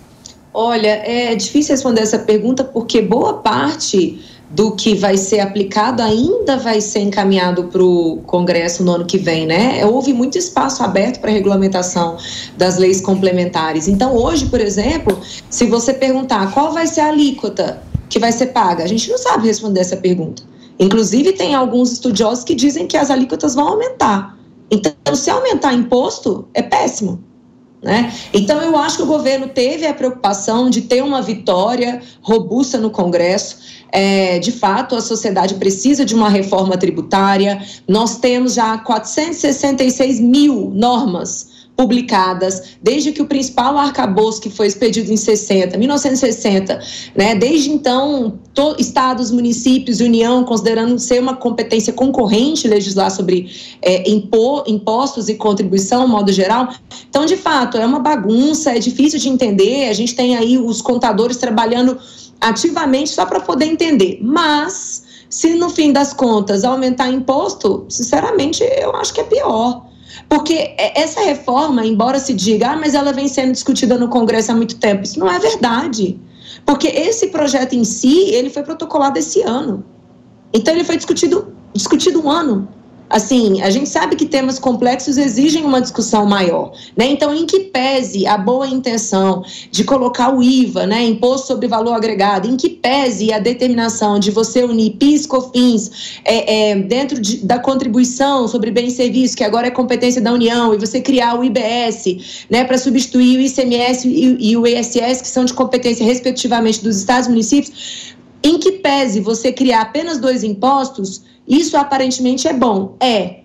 Olha, é difícil responder essa pergunta porque boa parte do que vai ser aplicado ainda vai ser encaminhado para o Congresso no ano que vem, né? Houve muito espaço aberto para a regulamentação das leis complementares. Então, hoje, por exemplo, se você perguntar qual vai ser a alíquota que vai ser paga, a gente não sabe responder essa pergunta. Inclusive, tem alguns estudiosos que dizem que as alíquotas vão aumentar. Então, se aumentar imposto, é péssimo. Né? Então, eu acho que o governo teve a preocupação de ter uma vitória robusta no Congresso. De fato, a sociedade precisa de uma reforma tributária. Nós temos já 466 mil normas publicadas, desde que o principal arcabouço que foi expedido em 1960, né, desde então, estados, municípios e União, considerando ser uma competência concorrente legislar sobre impostos e contribuição, modo geral. Então, de fato, é uma bagunça, é difícil de entender, a gente tem aí os contadores trabalhando ativamente só para poder entender, mas se no fim das contas aumentar imposto, sinceramente, eu acho que é pior. Porque essa reforma, embora se diga, mas ela vem sendo discutida no Congresso há muito tempo, isso não é verdade. Porque esse projeto em si, ele foi protocolado esse ano. Então, ele foi discutido um ano. Assim, a gente sabe que temas complexos exigem uma discussão maior, né? Então, em que pese a boa intenção de colocar o IVA, né, Imposto sobre Valor Agregado, em que pese a determinação de você unir PIS, COFINS, dentro da contribuição sobre bens e serviços, que agora é competência da União, e você criar o IBS, né, para substituir o ICMS e o ISS, que são de competência, respectivamente, dos estados e municípios, em que pese você criar apenas 2 impostos, isso aparentemente é bom.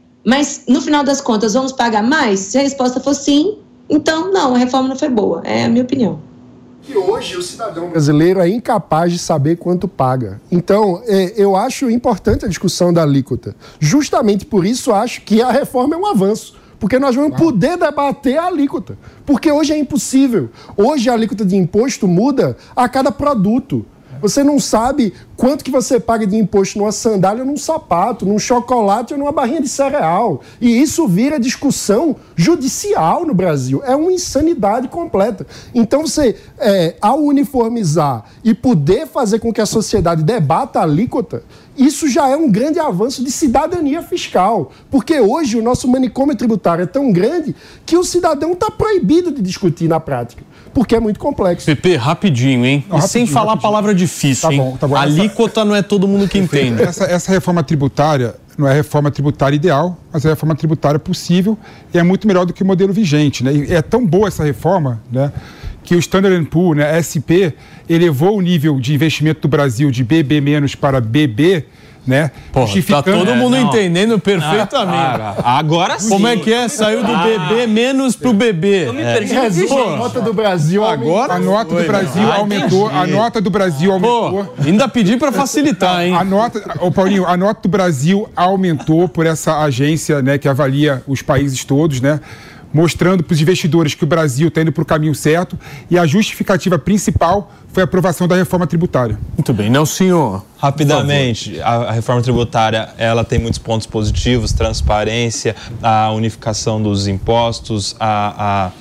Mas no final das contas, vamos pagar mais? Se a resposta for sim, então não, a reforma não foi boa. É a minha opinião. Que hoje o cidadão brasileiro é incapaz de saber quanto paga. Então, eu acho importante a discussão da alíquota. Justamente por isso, acho que a reforma é um avanço. Porque nós vamos poder debater a alíquota. Porque hoje é impossível. Hoje a alíquota de imposto muda a cada produto. Você não sabe quanto que você paga de imposto numa sandália, num sapato, num chocolate ou numa barrinha de cereal. E isso vira discussão judicial no Brasil. É uma insanidade completa. Então, você, ao uniformizar e poder fazer com que a sociedade debata a alíquota, isso já é um grande avanço de cidadania fiscal. Porque hoje o nosso manicômio tributário é tão grande que o cidadão está proibido de discutir na prática. Porque é muito complexo. Pepe, rapidinho, hein? Não, e sem falar a palavra difícil, hein? Tá bom. Alíquota não é todo mundo que entende. Essa reforma tributária não é a reforma tributária ideal, mas é a reforma tributária possível e é muito melhor do que o modelo vigente, né? E é tão boa essa reforma, né, que o Standard & Poor's, né, SP, elevou o nível de investimento do Brasil de BB- para BB, né? Porra, tá todo mundo entendendo perfeitamente. Agora sim. Como é que é? Saiu do BB menos pro BB. Eu me perdi. A nota do Brasil agora. A nota do Brasil aumentou. A nota do Brasil aumentou. Pô, ainda pedi pra facilitar, hein? Paulinho, a nota do Brasil aumentou por essa agência, né, que avalia os países todos, né? Mostrando para os investidores que o Brasil está indo para o caminho certo, e a justificativa principal foi a aprovação da reforma tributária. Muito bem, Nelsinho. Rapidamente, a reforma tributária, ela tem muitos pontos positivos: transparência, a unificação dos impostos, a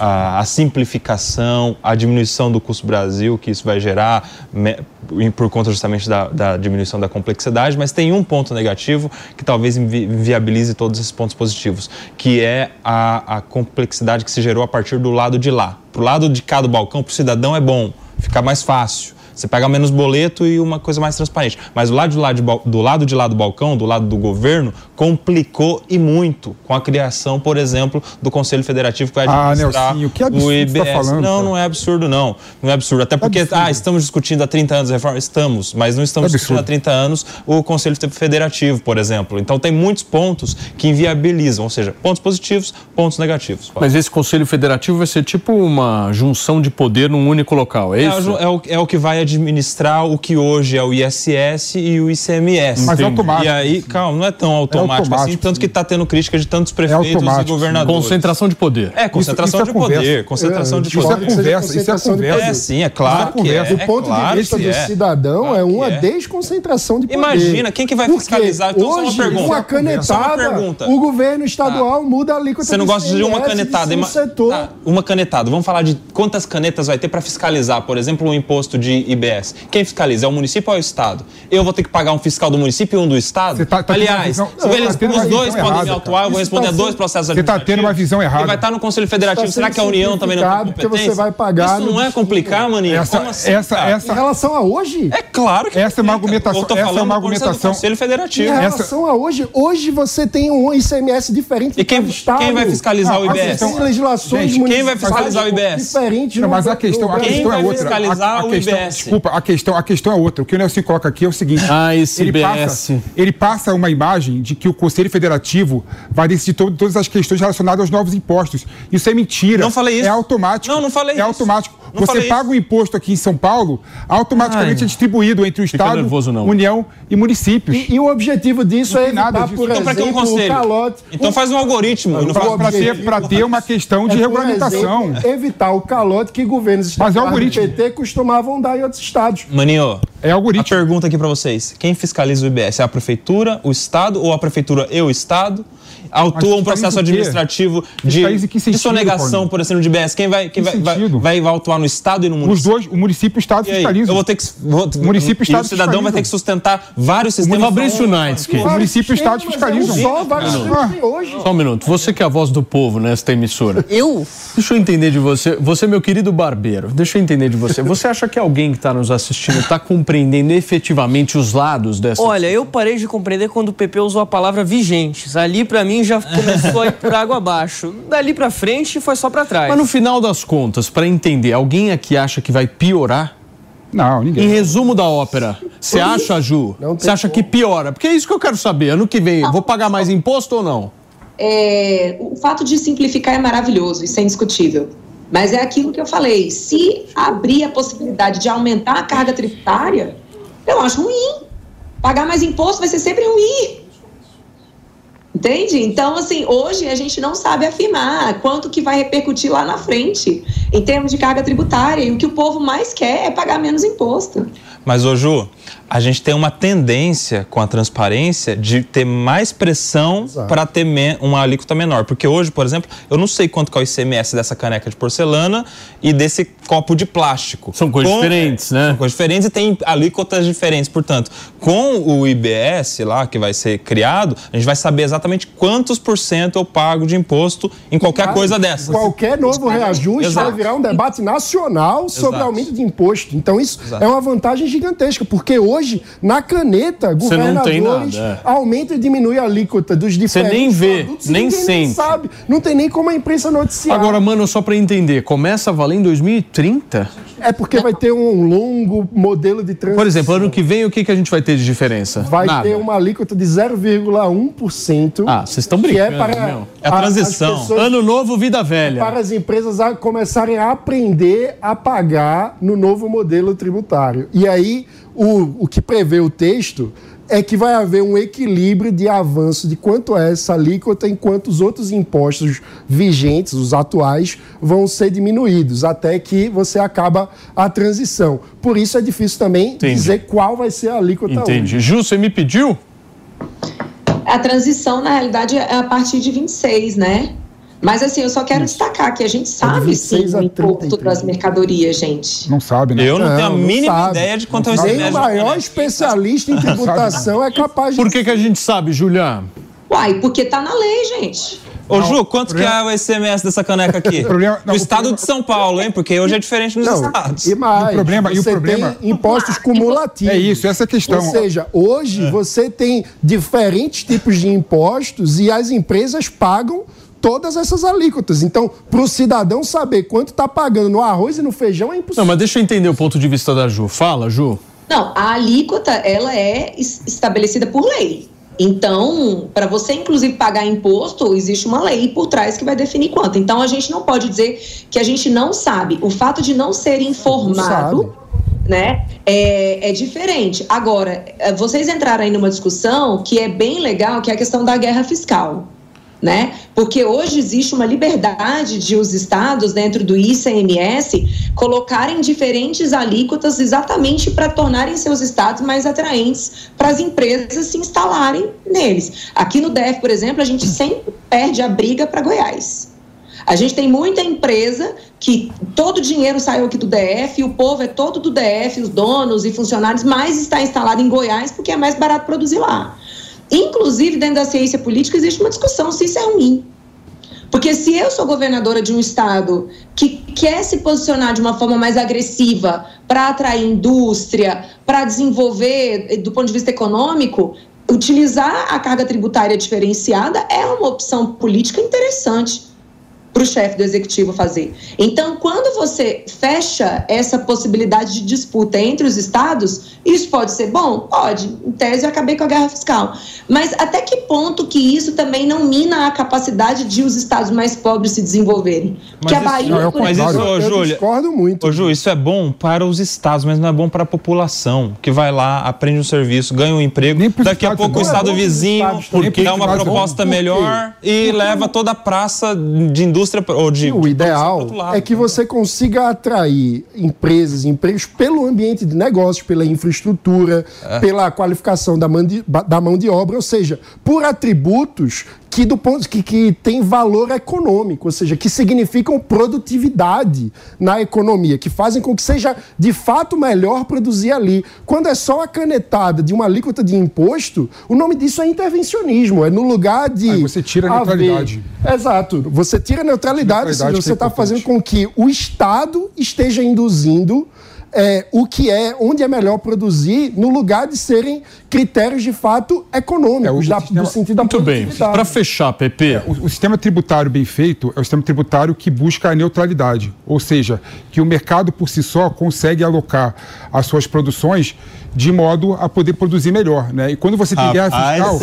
simplificação, a diminuição do custo Brasil, que isso vai gerar por conta justamente da diminuição da complexidade, mas tem um ponto negativo que talvez inviabilize todos esses pontos positivos, que é a complexidade que se gerou a partir do lado de lá. Pro lado de cá do balcão, pro cidadão é bom, fica mais fácil. Você pega menos boleto e uma coisa mais transparente. Mas do lado de lá do balcão, do lado do governo, complicou e muito com a criação, por exemplo, do Conselho Federativo que vai administrar Nelsinho, que absurdo o IBS. Você tá falando, não é absurdo, não. Não é absurdo. Até porque, estamos discutindo há 30 anos a reforma. Estamos, mas não estamos discutindo há 30 anos o Conselho Federativo, por exemplo. Então, tem muitos pontos que inviabilizam, ou seja, pontos positivos, pontos negativos. Mas esse Conselho Federativo vai ser tipo uma junção de poder num único local, é isso? É o que vai administrar o que hoje é o ISS e o ICMS. Mas é automático. E aí, calma, não é tão automático assim, tanto que está tendo crítica de tantos prefeitos e governadores. Concentração de poder. Concentração de poder. Concentração de poder. Isso é conversa. Sim, é claro que é. Do ponto de vista do cidadão, é uma desconcentração de poder. Imagina, quem que vai fiscalizar? Então, hoje, só uma pergunta. Uma canetada, o governo estadual muda a alíquota. Você não gosta de uma canetada? Uma canetada. Vamos falar de quantas canetas vai ter para fiscalizar, por exemplo, o imposto de IBS. Quem fiscaliza? É o município ou é o Estado? Eu vou ter que pagar um fiscal do município e um do Estado? Aliás, os dois podem me atuar, eu vou responder a 2 processos administrativos. Você está tendo uma visão errada. Ele vai estar no Conselho Federativo. Será que a União também não tem competência? Você vai pagar. Isso não é complicar, maninho. Em relação a hoje? É claro que essa é uma argumentação. Eu tô falando do Conselho Federativo. Em relação a hoje você tem um ICMS diferente. E quem vai fiscalizar o IBS? Tem legislações quem vai fiscalizar o IBS? Diferente. Mas a questão quem é vai outra. fiscalizar o IBS? desculpa, a questão é outra. O que o Nelson coloca aqui é o seguinte. Esse IBS. Ele passa uma imagem de que o Conselho Federativo vai decidir todas as questões relacionadas aos novos impostos. Isso é mentira. Não falei isso. É automático. Não falei isso. É automático. Não Você paga um imposto aqui em São Paulo, automaticamente é distribuído entre o Estado, União e municípios. E o objetivo disso é evitar, por então, para que um exemplo, conselho? o calote. Então faz um algoritmo. Para ter uma questão de regulamentação. Por exemplo, evitar o calote que governos estaduais do PT costumavam dar em outros estados. Maninho, é algoritmo. A pergunta aqui para vocês. Quem fiscaliza o IBS? É a prefeitura, o Estado ou a prefeitura e o Estado? Atua um processo administrativo de sonegação, por exemplo, de IBS. Quem vai atuar no Estado e no município? Os dois, o município e o Estado fiscalizam. Eu vou ter que... o município e o Estado fiscalizam. Vai ter que sustentar vários sistemas. Fabrício Naitsky. O município e o Estado fiscalizam. Só um minuto. Você que é a voz do povo nesta emissora. Deixa eu entender de você. Você, meu querido barbeiro, deixa eu entender de você. Você acha que alguém que está nos assistindo está compreendendo efetivamente os lados dessa... Olha, eu parei de compreender quando o PP usou a palavra vigentes. Ali, para mim, já começou a ir por água abaixo. Dali pra frente foi só pra trás. Mas no final das contas, pra entender, alguém aqui acha que vai piorar? Não, ninguém. Em resumo da ópera, você acha, Ju? Você acha que piora? Porque é isso que eu quero saber. Ano que vem, vou pagar mais imposto ou não? O fato de simplificar é maravilhoso, isso é indiscutível. Mas é aquilo que eu falei. Se abrir a possibilidade de aumentar a carga tributária, eu acho ruim. Pagar mais imposto vai ser sempre ruim. Entende? Então, assim, hoje a gente não sabe afirmar quanto que vai repercutir lá na frente em termos de carga tributária. E o que o povo mais quer é pagar menos imposto. Mas, ô Ju, a gente tem uma tendência com a transparência de ter mais pressão para ter uma alíquota menor. Porque hoje, por exemplo, eu não sei quanto que é o ICMS dessa caneca de porcelana e desse copo de plástico. São coisas diferentes, né? São coisas diferentes e tem alíquotas diferentes. Portanto, com o IBS lá, que vai ser criado, a gente vai saber exatamente quantos % eu pago de imposto em qualquer coisa dessas. Qualquer novo reajuste vai virar um debate nacional sobre aumento de imposto. Então, isso é uma vantagem gigantesca, porque hoje, na caneta, governadores aumentam e diminuem a alíquota dos diferentes produtos. Você nem vê, nem sente. Nem sabe, não tem nem como a imprensa noticiar. Agora, mano, só para entender, começa a valer em 2030? É porque vai ter um longo modelo de transição. Por exemplo, ano que vem, o que a gente vai ter de diferença? Vai ter uma alíquota de 0,1%. Vocês estão brincando, que é para a transição. Ano novo, vida velha. Para as empresas começarem a aprender a pagar no novo modelo tributário. E aí, o que prevê o texto é que vai haver um equilíbrio de avanço de quanto é essa alíquota, enquanto os outros impostos vigentes, os atuais, vão ser diminuídos, até que você acaba a transição. Por isso é difícil também dizer qual vai ser a alíquota. Entendi. Ju, você me pediu? A transição, na realidade, é a partir de 26, né? Mas, assim, eu só quero destacar que a gente sabe, sim, o imposto das mercadorias, gente. Não sabe, né? Eu não tenho a mínima ideia de quanto é o ICMS. Nem o maior especialista em tributação é capaz de... Por que a gente sabe, Juliana? Uai, porque tá na lei, gente. Ô, Ju, quanto que é o ICMS dessa caneca aqui? No estado de São Paulo, hein? Porque hoje é diferente nos estados. E mais, você tem impostos cumulativos. É isso, essa é a questão. Ou seja, hoje você tem diferentes tipos de impostos e as empresas pagam todas essas alíquotas. Então, para o cidadão saber quanto está pagando no arroz e no feijão é impossível. Não, mas deixa eu entender o ponto de vista da Ju. Fala, Ju. Não, a alíquota, ela é estabelecida por lei. Então, para você, inclusive, pagar imposto, existe uma lei por trás que vai definir quanto. Então, a gente não pode dizer que a gente não sabe. O fato de não ser informado, né, é diferente. Agora, vocês entraram aí numa discussão que é bem legal, que é a questão da guerra fiscal. Né? Porque hoje existe uma liberdade de os estados, dentro do ICMS, colocarem diferentes alíquotas exatamente para tornarem seus estados mais atraentes para as empresas se instalarem neles. Aqui no DF, por exemplo, a gente sempre perde a briga para Goiás. A gente tem muita empresa que todo o dinheiro saiu aqui do DF, o povo é todo do DF, os donos e funcionários, mas está instalado em Goiás porque é mais barato produzir lá. Inclusive, dentro da ciência política, existe uma discussão se isso é ruim. Porque se eu sou governadora de um estado que quer se posicionar de uma forma mais agressiva para atrair indústria, para desenvolver do ponto de vista econômico, utilizar a carga tributária diferenciada é uma opção política interessante. para o chefe do executivo fazer. Então, quando você fecha essa possibilidade de disputa entre os estados, isso pode ser bom? Pode. Em tese, eu acabei com a guerra fiscal. Mas até que ponto que isso também não mina a capacidade de os estados mais pobres se desenvolverem? Porque a Bahia... Eu discordo muito. Ô, Ju, isso é bom para os estados, mas não é bom para a população, que vai lá, aprende um serviço, ganha um emprego, daqui a pouco o estado vizinho dá uma proposta melhor e leva toda a praça de indústria ou de... O ideal é que você consiga atrair empresas, empregos pelo ambiente de negócios, pela infraestrutura, pela qualificação da mão de obra, ou seja, por atributos que tem valor econômico, ou seja, que significam produtividade na economia, que fazem com que seja de fato melhor produzir ali. Quando é só a canetada de uma alíquota de imposto, o nome disso é intervencionismo, é no lugar de... Aí você tira a neutralidade. Exato, você tira a neutralidade, ou seja, você está fazendo com que o Estado esteja induzindo onde é melhor produzir, no lugar de serem critérios de fato econômicos, do sentido da produtividade. Muito bem. Para fechar, Pepe. O sistema tributário bem feito é o sistema tributário que busca a neutralidade, ou seja, que o mercado por si só consegue alocar as suas produções de modo a poder produzir melhor, né? E quando você tem guerra fiscal,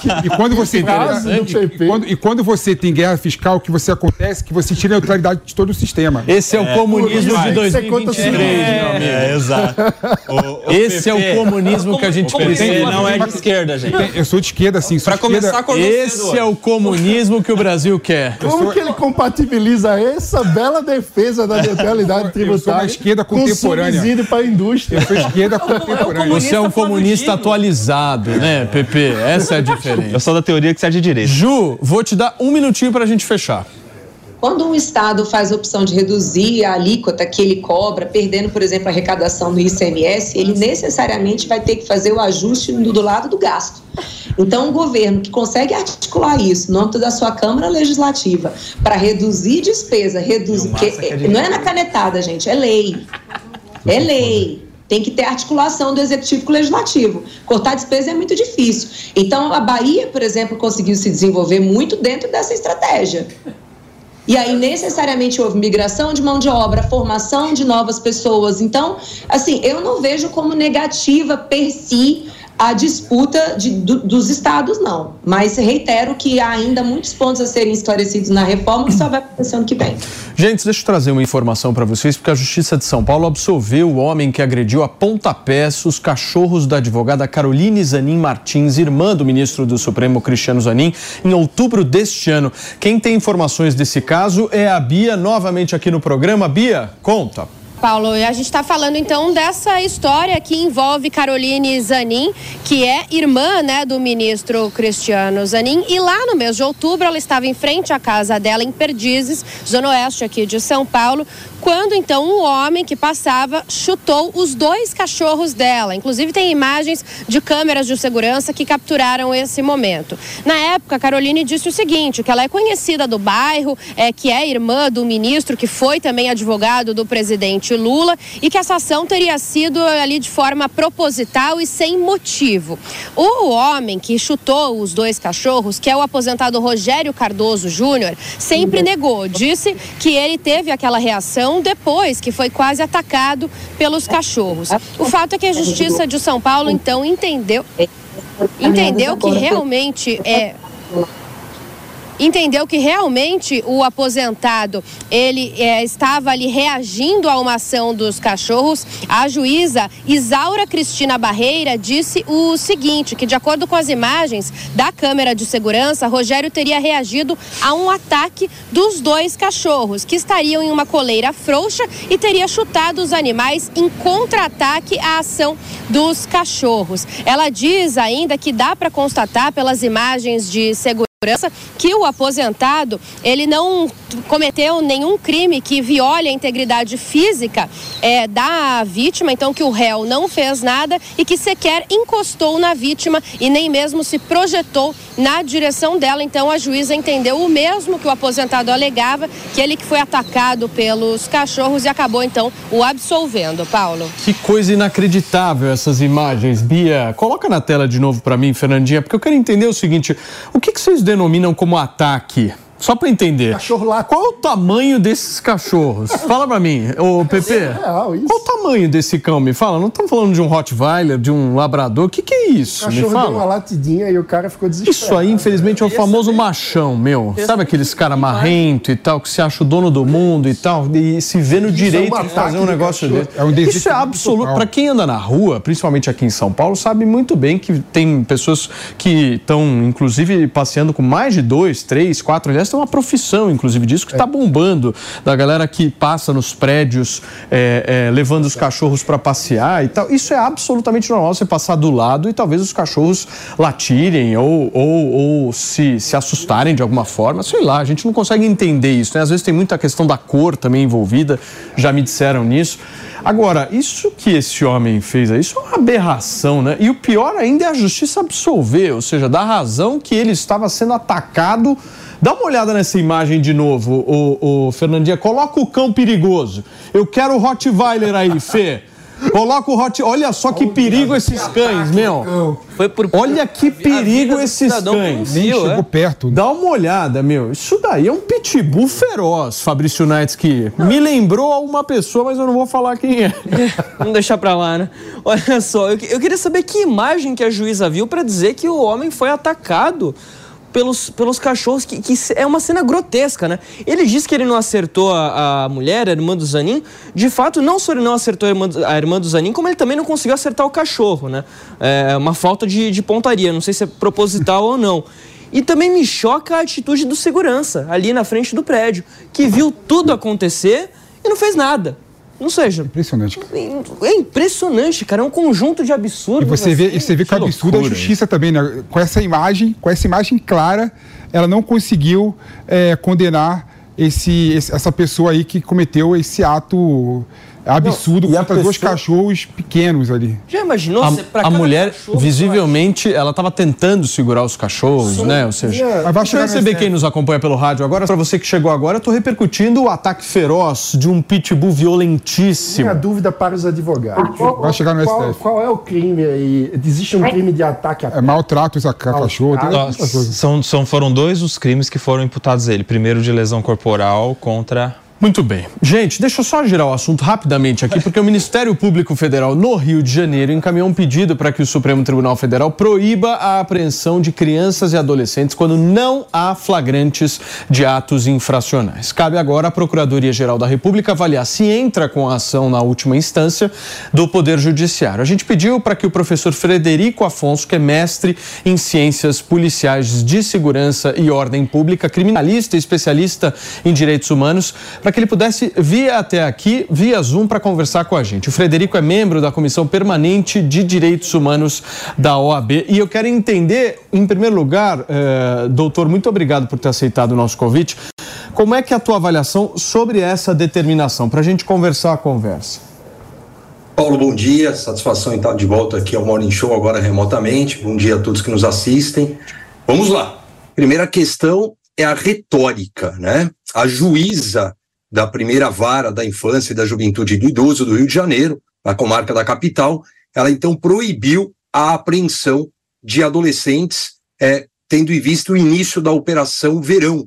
quando você tem guerra fiscal, o que você acontece é que você tira a neutralidade de todo o sistema. Esse é o comunismo de 2023, meu amigo. Exato. Esse é o comunismo que a gente precisa. Ele não é de esquerda, gente. Eu sou de esquerda, sim. Para começar com esse é o comunismo que o Brasil quer. Como que ele compatibiliza essa bela defesa da neutralidade tributária eu sou uma esquerda contemporânea. Com subsídio para a indústria? Eu sou esquerda contemporânea. Você é um comunista atualizado, né, Pepe? Essa é a diferença. Eu sou da teoria que você é de direita. Ju, vou te dar um minutinho para a gente fechar. Quando um estado faz a opção de reduzir a alíquota que ele cobra, perdendo, por exemplo, a arrecadação do ICMS, ele necessariamente vai ter que fazer o ajuste do lado do gasto. Então, um governo que consegue articular isso no âmbito da sua Câmara Legislativa para reduzir despesa, não é na canetada, gente, é lei. É lei. Tem que ter articulação do Executivo com o Legislativo. Cortar despesa é muito difícil. Então, a Bahia, por exemplo, conseguiu se desenvolver muito dentro dessa estratégia. E aí, necessariamente, houve migração de mão de obra, formação de novas pessoas. Então, assim, eu não vejo como negativa per si a disputa dos estados, não. Mas reitero que há ainda muitos pontos a serem esclarecidos na reforma, que só vai acontecer ano que vem. Gente, deixa eu trazer uma informação para vocês, porque a Justiça de São Paulo absolveu o homem que agrediu a pontapés os cachorros da advogada Caroline Zanin Martins, irmã do ministro do Supremo Cristiano Zanin, em outubro deste ano. Quem tem informações desse caso é a Bia, novamente aqui no programa. Bia, conta. Paulo, e a gente está falando então dessa história que envolve Caroline Zanin, que é irmã, né, do ministro Cristiano Zanin, e lá no mês de outubro ela estava em frente à casa dela em Perdizes, zona oeste aqui de São Paulo, quando então um homem que passava chutou os dois cachorros dela. Inclusive tem imagens de câmeras de segurança que capturaram esse momento. Na época, a Caroline disse o seguinte, que ela é conhecida do bairro, que é irmã do ministro, que foi também advogado do presidente Lula, e que essa ação teria sido ali de forma proposital e sem motivo. O homem que chutou os dois cachorros, que é o aposentado Rogério Cardoso Júnior, sempre negou, disse que ele teve aquela reação depois que foi quase atacado pelos cachorros. O fato é que a Justiça de São Paulo então entendeu que realmente o aposentado ele estava ali reagindo a uma ação dos cachorros. A juíza Isaura Cristina Barreira disse o seguinte, que de acordo com as imagens da câmera de segurança, Rogério teria reagido a um ataque dos dois cachorros, que estariam em uma coleira frouxa, e teria chutado os animais em contra-ataque à ação dos cachorros. Ela diz ainda que dá para constatar pelas imagens de segurança que o aposentado, ele não cometeu nenhum crime que viole a integridade física da vítima, então que o réu não fez nada e que sequer encostou na vítima e nem mesmo se projetou na direção dela. Então a juíza entendeu o mesmo que o aposentado alegava, que ele que foi atacado pelos cachorros, e acabou então o absolvendo. Paulo. Que coisa inacreditável essas imagens. Bia, coloca na tela de novo para mim, Fernandinha, porque eu quero entender o seguinte, o que vocês denominam como ataque? Só pra entender. Cachorro lá. Qual é o tamanho desses cachorros? Fala pra mim, ô Pepe. Real, isso. Qual o tamanho desse cão? Me fala. Não estamos falando de um Rottweiler, de um labrador. O que é isso? O cachorro Me fala. deu uma latidinha e o cara ficou desesperado. Isso aí, infelizmente, é o famoso machão, meu. Sabe aqueles cara marrento e tal, que se acha o dono do mundo e tal, e se vê no direito de fazer um negócio desse. Isso é absoluto. Pra quem anda na rua, principalmente aqui em São Paulo, sabe muito bem que tem pessoas que estão, inclusive, passeando com mais de 2, 3, 4, aliás, tem uma profissão, inclusive, disso que está bombando, da galera que passa nos prédios levando os cachorros para passear e tal. Isso é absolutamente normal, você passar do lado e talvez os cachorros latirem ou se assustarem de alguma forma, sei lá, a gente não consegue entender isso, né? Às vezes tem muita questão da cor também envolvida, já me disseram nisso. Agora, isso que esse homem fez aí, isso é uma aberração, né? E o pior ainda é a justiça absolver, ou seja, dar razão que ele estava sendo atacado. Dá uma olhada nessa imagem de novo, o Fernandinha. Coloca o cão perigoso. Eu quero o Rottweiler aí, Fê. Coloca o Rottweiler. Olha só que perigo esses cães, meu. Olha que perigo esses cães. Nem chegou perto. Dá uma olhada, meu. Isso daí é um pitbull feroz, Fabrício Naitsky. Me lembrou a uma pessoa, mas eu não vou falar quem é. Vamos deixar pra lá, né? Olha só, eu queria saber que imagem que a juíza viu pra dizer que o homem foi atacado pelos cachorros, que é uma cena grotesca, né? Ele disse que ele não acertou a mulher, a irmã do Zanin. De fato, não só ele não acertou a irmã do Zanin, como ele também não conseguiu acertar o cachorro, né? É uma falta de pontaria, não sei se é proposital ou não. E também me choca a atitude do segurança, ali na frente do prédio, que viu tudo acontecer e não fez nada. Não seja... Impressionante. É impressionante, cara. É um conjunto de absurdos. E você vê que o absurdo é a justiça também, né? Com essa imagem clara, ela não conseguiu condenar essa pessoa aí que cometeu esse ato absurdo contra dois cachorros pequenos ali. Já imaginou? A mulher, visivelmente, ela estava tentando segurar os cachorros, né? Ou seja, deixa eu receber quem nos acompanha pelo rádio agora. Para você que chegou agora, eu estou repercutindo o ataque feroz de um pitbull violentíssimo. Minha dúvida para os advogados. Vai chegar no STF. Qual é o crime aí? Existe um crime de ataque a maltrato a cachorro. Foram dois os crimes que foram imputados a ele. Primeiro de lesão corporal contra... Muito bem. Gente, deixa eu só girar o assunto rapidamente aqui, porque o Ministério Público Federal no Rio de Janeiro encaminhou um pedido para que o Supremo Tribunal Federal proíba a apreensão de crianças e adolescentes quando não há flagrantes de atos infracionais. Cabe agora à Procuradoria-Geral da República avaliar se entra com a ação na última instância do Poder Judiciário. A gente pediu para que o professor Frederico Afonso, que é mestre em Ciências Policiais de Segurança e Ordem Pública, criminalista e especialista em direitos humanos, para que ele pudesse vir até aqui, via Zoom, para conversar com a gente. O Frederico é membro da Comissão Permanente de Direitos Humanos da OAB e eu quero entender, em primeiro lugar, doutor, muito obrigado por ter aceitado o nosso convite, como é que é a tua avaliação sobre essa determinação, para a gente conversar a conversa. Paulo, bom dia, satisfação em estar de volta aqui ao Morning Show agora remotamente, bom dia a todos que nos assistem. Vamos lá, primeira questão é a retórica, né? A juíza da primeira vara da infância e da juventude do idoso do Rio de Janeiro, na comarca da capital, ela então proibiu a apreensão de adolescentes, tendo em vista o início da Operação Verão,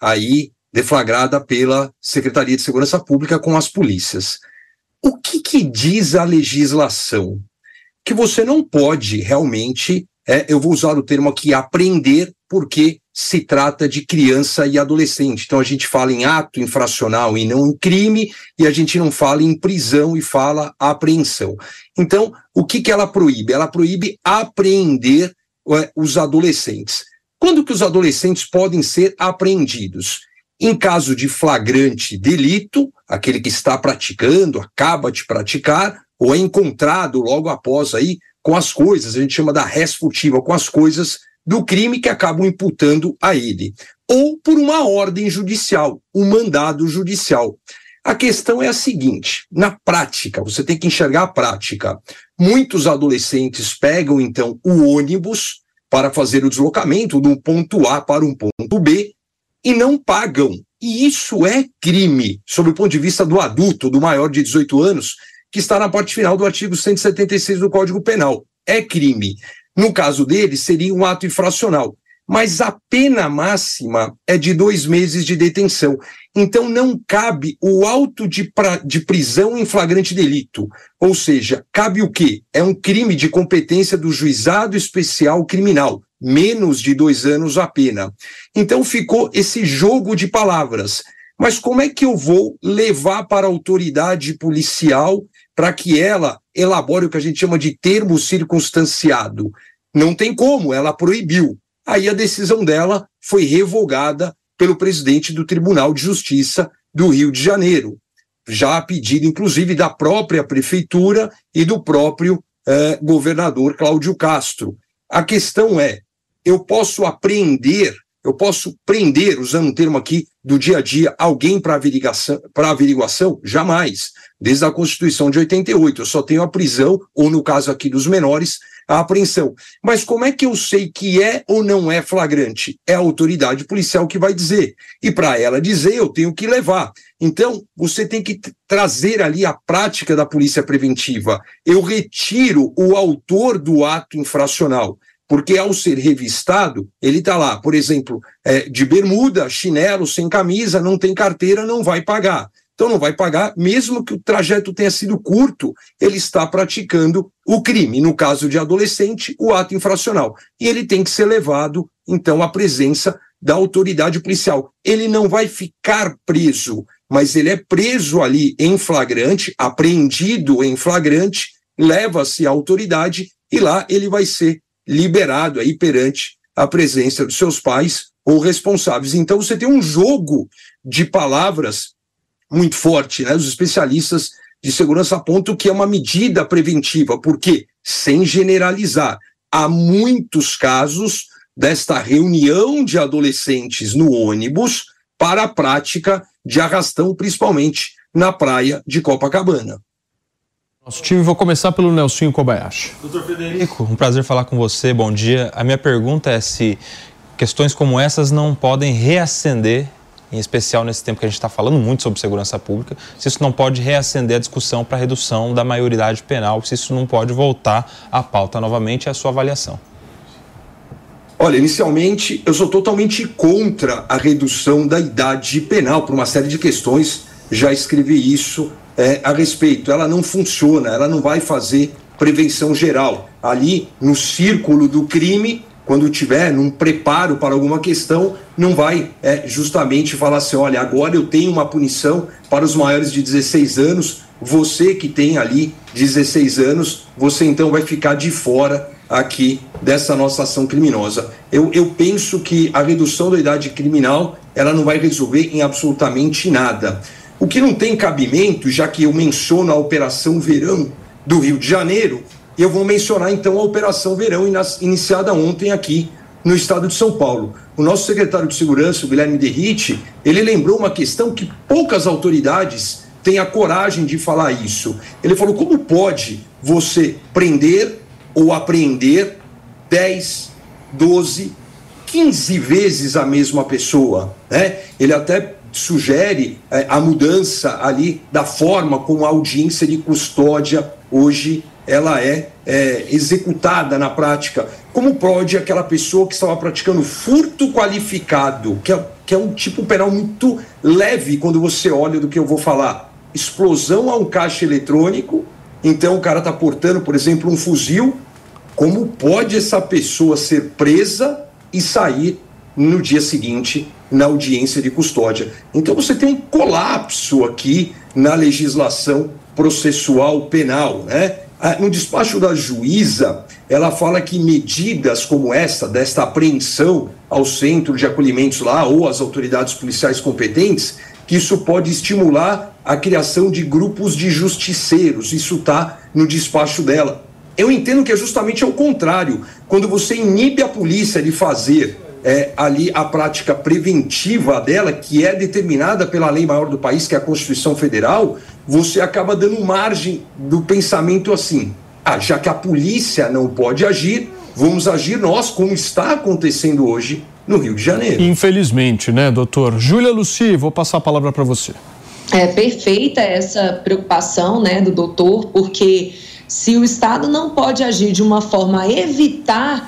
aí deflagrada pela Secretaria de Segurança Pública com as polícias. O que diz a legislação? Que você não pode realmente, eu vou usar o termo aqui, apreender, porque se trata de criança e adolescente. Então a gente fala em ato infracional e não em crime, e a gente não fala em prisão e fala apreensão. Então, o que ela proíbe? Ela proíbe apreender os adolescentes. Quando que os adolescentes podem ser apreendidos? Em caso de flagrante delito, aquele que está praticando, acaba de praticar, ou é encontrado logo após aí com as coisas, a gente chama da res furtiva, com as coisas do crime que acabam imputando a ele, ou por uma ordem judicial, um mandado judicial. A questão é a seguinte, na prática, você tem que enxergar a prática. Muitos adolescentes pegam, então, o ônibus para fazer o deslocamento de um ponto A para um ponto B e não pagam. E isso é crime, sob o ponto de vista do adulto, do maior de 18 anos, que está na parte final do artigo 176 do Código Penal. É crime. No caso dele, seria um ato infracional. mas a pena máxima é de 2 meses de detenção. Então não cabe o auto de prisão em flagrante delito. Ou seja, cabe o quê? É um crime de competência do juizado especial criminal, menos de 2 anos a pena. Então ficou esse jogo de palavras. Mas como é que eu vou levar para a autoridade policial para que ela elabore o que a gente chama de termo circunstanciado? Não tem como, ela proibiu. Aí a decisão dela foi revogada pelo presidente do Tribunal de Justiça do Rio de Janeiro, já a pedido, inclusive, da própria prefeitura e do próprio governador Cláudio Castro. A questão é, eu posso prender, usando um termo aqui do dia a dia, alguém para averiguação? Jamais. Desde a Constituição de 88, eu só tenho a prisão, ou no caso aqui dos menores, a apreensão. Mas como é que eu sei que é ou não é flagrante? É a autoridade policial que vai dizer. E para ela dizer, eu tenho que levar. Então, você tem que trazer ali a prática da polícia preventiva. Eu retiro o autor do ato infracional, porque ao ser revistado, ele está lá, por exemplo, de bermuda, chinelo, sem camisa, não tem carteira, não vai pagar. Então não vai pagar, mesmo que o trajeto tenha sido curto, ele está praticando o crime. No caso de adolescente, o ato infracional. E ele tem que ser levado, então, à presença da autoridade policial. Ele não vai ficar preso, mas ele é preso ali em flagrante, apreendido em flagrante, leva-se à autoridade e lá ele vai ser liberado aí perante a presença dos seus pais ou responsáveis. Então você tem um jogo de palavras muito forte, né? Os especialistas de segurança apontam que é uma medida preventiva, porque, sem generalizar, há muitos casos desta reunião de adolescentes no ônibus para a prática de arrastão, principalmente na praia de Copacabana. Nosso time, vou começar pelo Nelsinho Kobayashi. Doutor Frederico, um prazer falar com você, bom dia. A minha pergunta é se questões como essas não podem reacender, em especial nesse tempo que a gente está falando muito sobre segurança pública, se isso não pode reacender a discussão para a redução da maioridade penal, se isso não pode voltar à pauta novamente, é a sua avaliação. Olha, inicialmente, eu sou totalmente contra a redução da idade penal por uma série de questões, já escrevi isso a respeito. Ela não funciona, ela não vai fazer prevenção geral. Ali, no círculo do crime, quando tiver num preparo para alguma questão, não vai justamente falar assim, olha, agora eu tenho uma punição para os maiores de 16 anos, você que tem ali 16 anos, você então vai ficar de fora aqui dessa nossa ação criminosa. Eu penso que a redução da idade criminal, ela não vai resolver em absolutamente nada. O que não tem cabimento, já que eu menciono a Operação Verão do Rio de Janeiro, eu vou mencionar então a Operação Verão iniciada ontem aqui no estado de São Paulo. O nosso secretário de Segurança, o Guilherme Derrite, ele lembrou uma questão que poucas autoridades têm a coragem de falar isso. Ele falou, como pode você prender ou apreender 10, 12, 15 vezes a mesma pessoa, né? Ele até sugere a mudança ali da forma como a audiência de custódia hoje ela é executada na prática. Como pode aquela pessoa que estava praticando furto qualificado, que é um tipo penal muito leve quando você olha do que eu vou falar, explosão a um caixa eletrônico, então o cara está portando, por exemplo, um fuzil, como pode essa pessoa ser presa e sair no dia seguinte na audiência de custódia? Então você tem um colapso aqui na legislação processual penal, né? No despacho da juíza, ela fala que medidas como essa, desta apreensão ao centro de acolhimentos lá ou às autoridades policiais competentes, que isso pode estimular a criação de grupos de justiceiros. Isso está no despacho dela. Eu entendo que é justamente ao contrário. Quando você inibe a polícia de fazer ali a prática preventiva dela, que é determinada pela lei maior do país, que é a Constituição Federal, você acaba dando margem do pensamento assim, já que a polícia não pode agir, vamos agir nós, como está acontecendo hoje no Rio de Janeiro. Infelizmente, né, doutor? Júlia Luci, vou passar a palavra para você. É perfeita essa preocupação, né, do doutor, porque se o Estado não pode agir de uma forma a evitar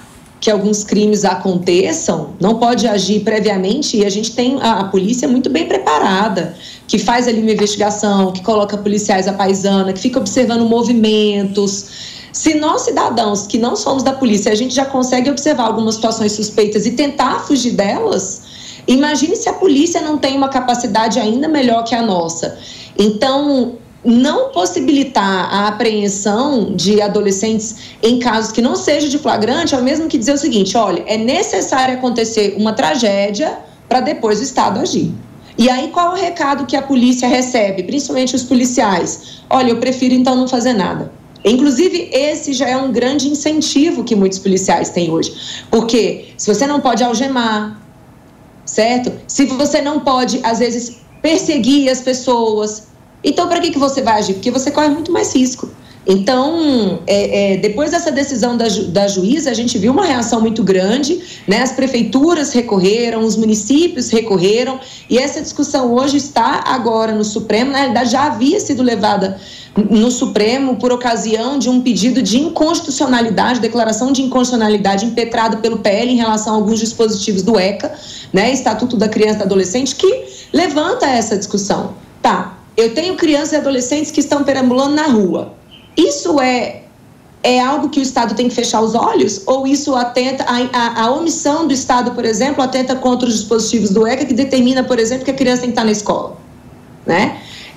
que alguns crimes aconteçam, não pode agir previamente, e a gente tem a polícia muito bem preparada, que faz ali uma investigação, que coloca policiais à paisana, que fica observando movimentos. Se nós, cidadãos que não somos da polícia, a gente já consegue observar algumas situações suspeitas e tentar fugir delas, imagine se a polícia não tem uma capacidade ainda melhor que a nossa. Então, não possibilitar a apreensão de adolescentes em casos que não seja de flagrante é o mesmo que dizer o seguinte: olha, é necessário acontecer uma tragédia para depois o Estado agir. E aí qual é o recado que a polícia recebe, principalmente os policiais? Olha, eu prefiro então não fazer nada. Inclusive, esse já é um grande incentivo que muitos policiais têm hoje, porque se você não pode algemar, certo? Se você não pode, às vezes, perseguir as pessoas, então, para que você vai agir? Porque você corre muito mais risco. Então, depois dessa decisão da juíza, a gente viu uma reação muito grande, né? As prefeituras recorreram, os municípios recorreram, e essa discussão hoje está agora no Supremo. Na realidade, já havia sido levada no Supremo por ocasião de um pedido de inconstitucionalidade, declaração de inconstitucionalidade impetrado pelo PL em relação a alguns dispositivos do ECA, né? Estatuto da Criança e do Adolescente, que levanta essa discussão. Tá, eu tenho crianças e adolescentes que estão perambulando na rua. Isso é algo que o Estado tem que fechar os olhos? Ou isso atenta, a omissão do Estado, por exemplo, atenta contra os dispositivos do ECA, que determina, por exemplo, que a criança tem que estar na escola, né?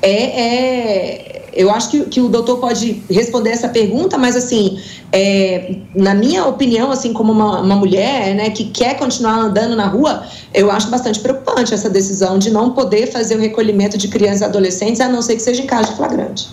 Eu acho que o doutor pode responder essa pergunta, mas assim, na minha opinião, assim, como uma mulher, né, que quer continuar andando na rua, eu acho bastante preocupante essa decisão de não poder fazer o recolhimento de crianças e adolescentes, a não ser que seja em caso de flagrante.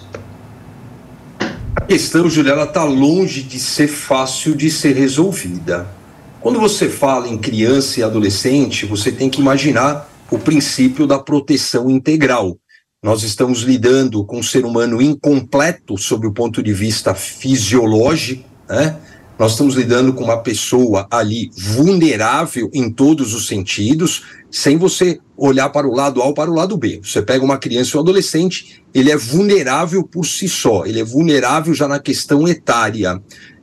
A questão, Júlia, ela está longe de ser fácil de ser resolvida. Quando você fala em criança e adolescente, você tem que imaginar o princípio da proteção integral. Nós estamos lidando com um ser humano incompleto sob o ponto de vista fisiológico, né? Nós estamos lidando com uma pessoa ali vulnerável em todos os sentidos, sem você olhar para o lado A ou para o lado B. Você pega uma criança ou um adolescente, ele é vulnerável por si só, ele é vulnerável já na questão etária.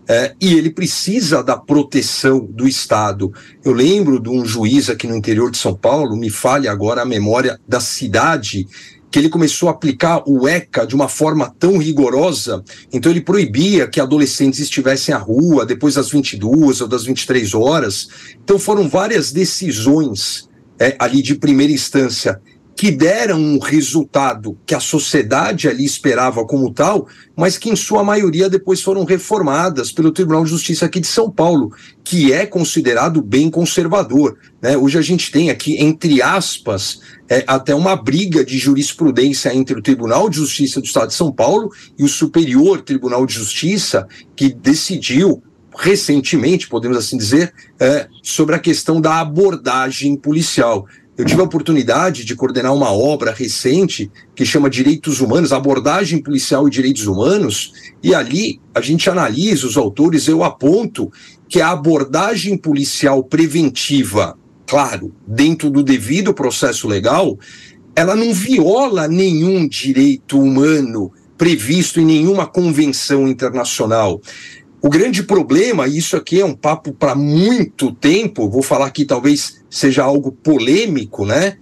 E ele precisa da proteção do Estado. Eu lembro de um juiz aqui no interior de São Paulo, me falha agora a memória da cidade, que ele começou a aplicar o ECA de uma forma tão rigorosa, então ele proibia que adolescentes estivessem à rua depois das 22 ou das 23 horas. Então foram várias decisões ali de primeira instância que deram um resultado que a sociedade ali esperava como tal, mas que em sua maioria depois foram reformadas pelo Tribunal de Justiça aqui de São Paulo, que é considerado bem conservador, né? Hoje a gente tem aqui, entre aspas, até uma briga de jurisprudência entre o Tribunal de Justiça do Estado de São Paulo e o Superior Tribunal de Justiça, que decidiu recentemente, podemos assim dizer, sobre a questão da abordagem policial. Eu tive a oportunidade de coordenar uma obra recente que chama Direitos Humanos, Abordagem Policial e Direitos Humanos, e ali a gente analisa, os autores, eu aponto que a abordagem policial preventiva, claro, dentro do devido processo legal, ela não viola nenhum direito humano previsto em nenhuma convenção internacional. O grande problema, e isso aqui é um papo para muito tempo, vou falar aqui talvez seja algo polêmico, né?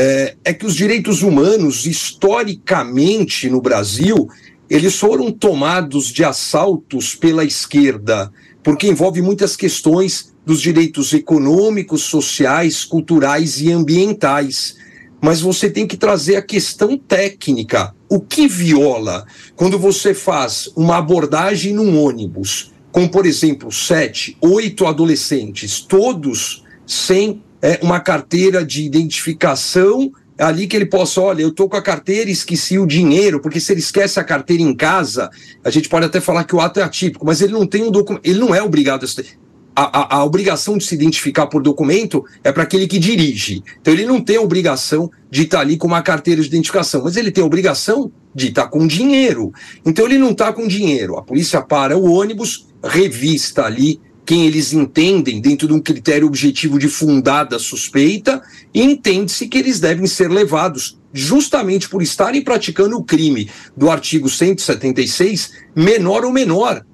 É que os direitos humanos, historicamente no Brasil, eles foram tomados de assaltos pela esquerda, porque envolve muitas questões dos direitos econômicos, sociais, culturais e ambientais. Mas você tem que trazer a questão técnica. O que viola quando você faz uma abordagem num ônibus, com, por exemplo, 7, 8 adolescentes, todos sem uma carteira de identificação, ali que ele possa, olha, eu estou com a carteira e esqueci o dinheiro, porque se ele esquece a carteira em casa, a gente pode até falar que o ato é atípico, mas ele não tem um documento, ele não é obrigado a obrigação de se identificar por documento é para aquele que dirige. Então ele não tem a obrigação de estar ali com uma carteira de identificação, mas ele tem a obrigação de estar com dinheiro. Então ele não está com dinheiro. A polícia para o ônibus, revista ali quem eles entendem dentro de um critério objetivo de fundada suspeita, e entende-se que eles devem ser levados justamente por estarem praticando o crime do artigo 176, menor ou menor.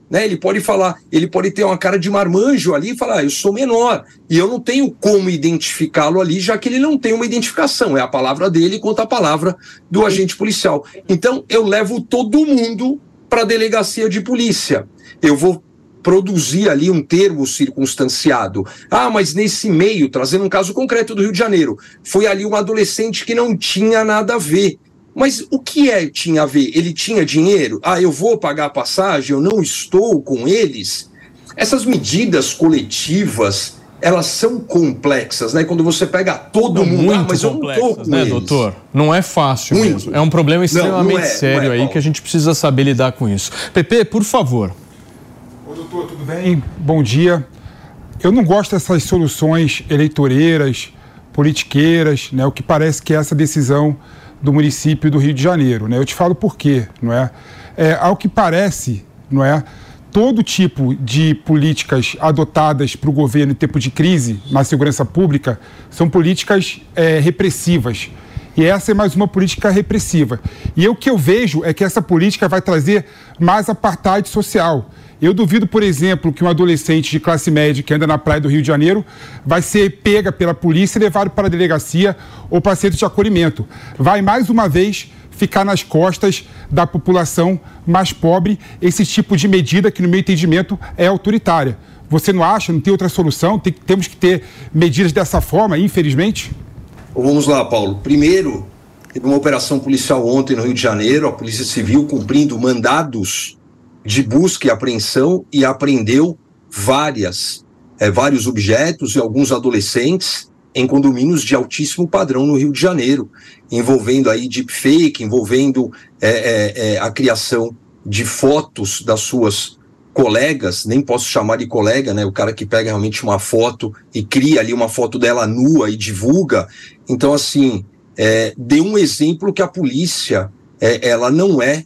né? Ele pode falar, ele pode ter uma cara de marmanjo ali e falar, eu sou menor, e eu não tenho como identificá-lo ali, já que ele não tem uma identificação, é a palavra dele contra a palavra do agente policial. Então, eu levo todo mundo para a delegacia de polícia. Eu vou produzir ali um termo circunstanciado. Ah, mas nesse meio, trazendo um caso concreto do Rio de Janeiro, foi ali um adolescente que não tinha nada a ver. Mas o que tinha a ver? Ele tinha dinheiro? Ah, eu vou pagar a passagem, eu não estou com eles? Essas medidas coletivas, elas são complexas, né? Quando você pega todo mundo, mas eu não estou com eles. Doutor? Não é fácil mesmo. É um problema extremamente sério aí que a gente precisa saber lidar com isso. Pepe, por favor. Oi, doutor, tudo bem? Bom dia. Eu não gosto dessas soluções eleitoreiras, politiqueiras, né? O que parece que é essa decisão do município do Rio de Janeiro, né? Eu te falo por quê, não é? Ao que parece, não é? Todo tipo de políticas adotadas para o governo em tempo de crise na segurança pública são políticas repressivas. E essa é mais uma política repressiva. E o que eu vejo é que essa política vai trazer mais apartheid social. Eu duvido, por exemplo, que um adolescente de classe média que anda na praia do Rio de Janeiro vai ser pega pela polícia e levado para a delegacia ou para centro de acolhimento. Vai, mais uma vez, ficar nas costas da população mais pobre esse tipo de medida que, no meu entendimento, é autoritária. Você não acha? Não tem outra solução? Temos que ter medidas dessa forma, infelizmente? Vamos lá, Paulo. Primeiro, teve uma operação policial ontem no Rio de Janeiro, a Polícia Civil cumprindo mandados de busca e apreensão e apreendeu vários objetos e alguns adolescentes em condomínios de altíssimo padrão no Rio de Janeiro, envolvendo aí deepfake, envolvendo a criação de fotos das suas colegas, nem posso chamar de colega, né? O cara que pega realmente uma foto e cria ali uma foto dela nua e divulga. Então, assim, deu um exemplo que a polícia, ela não é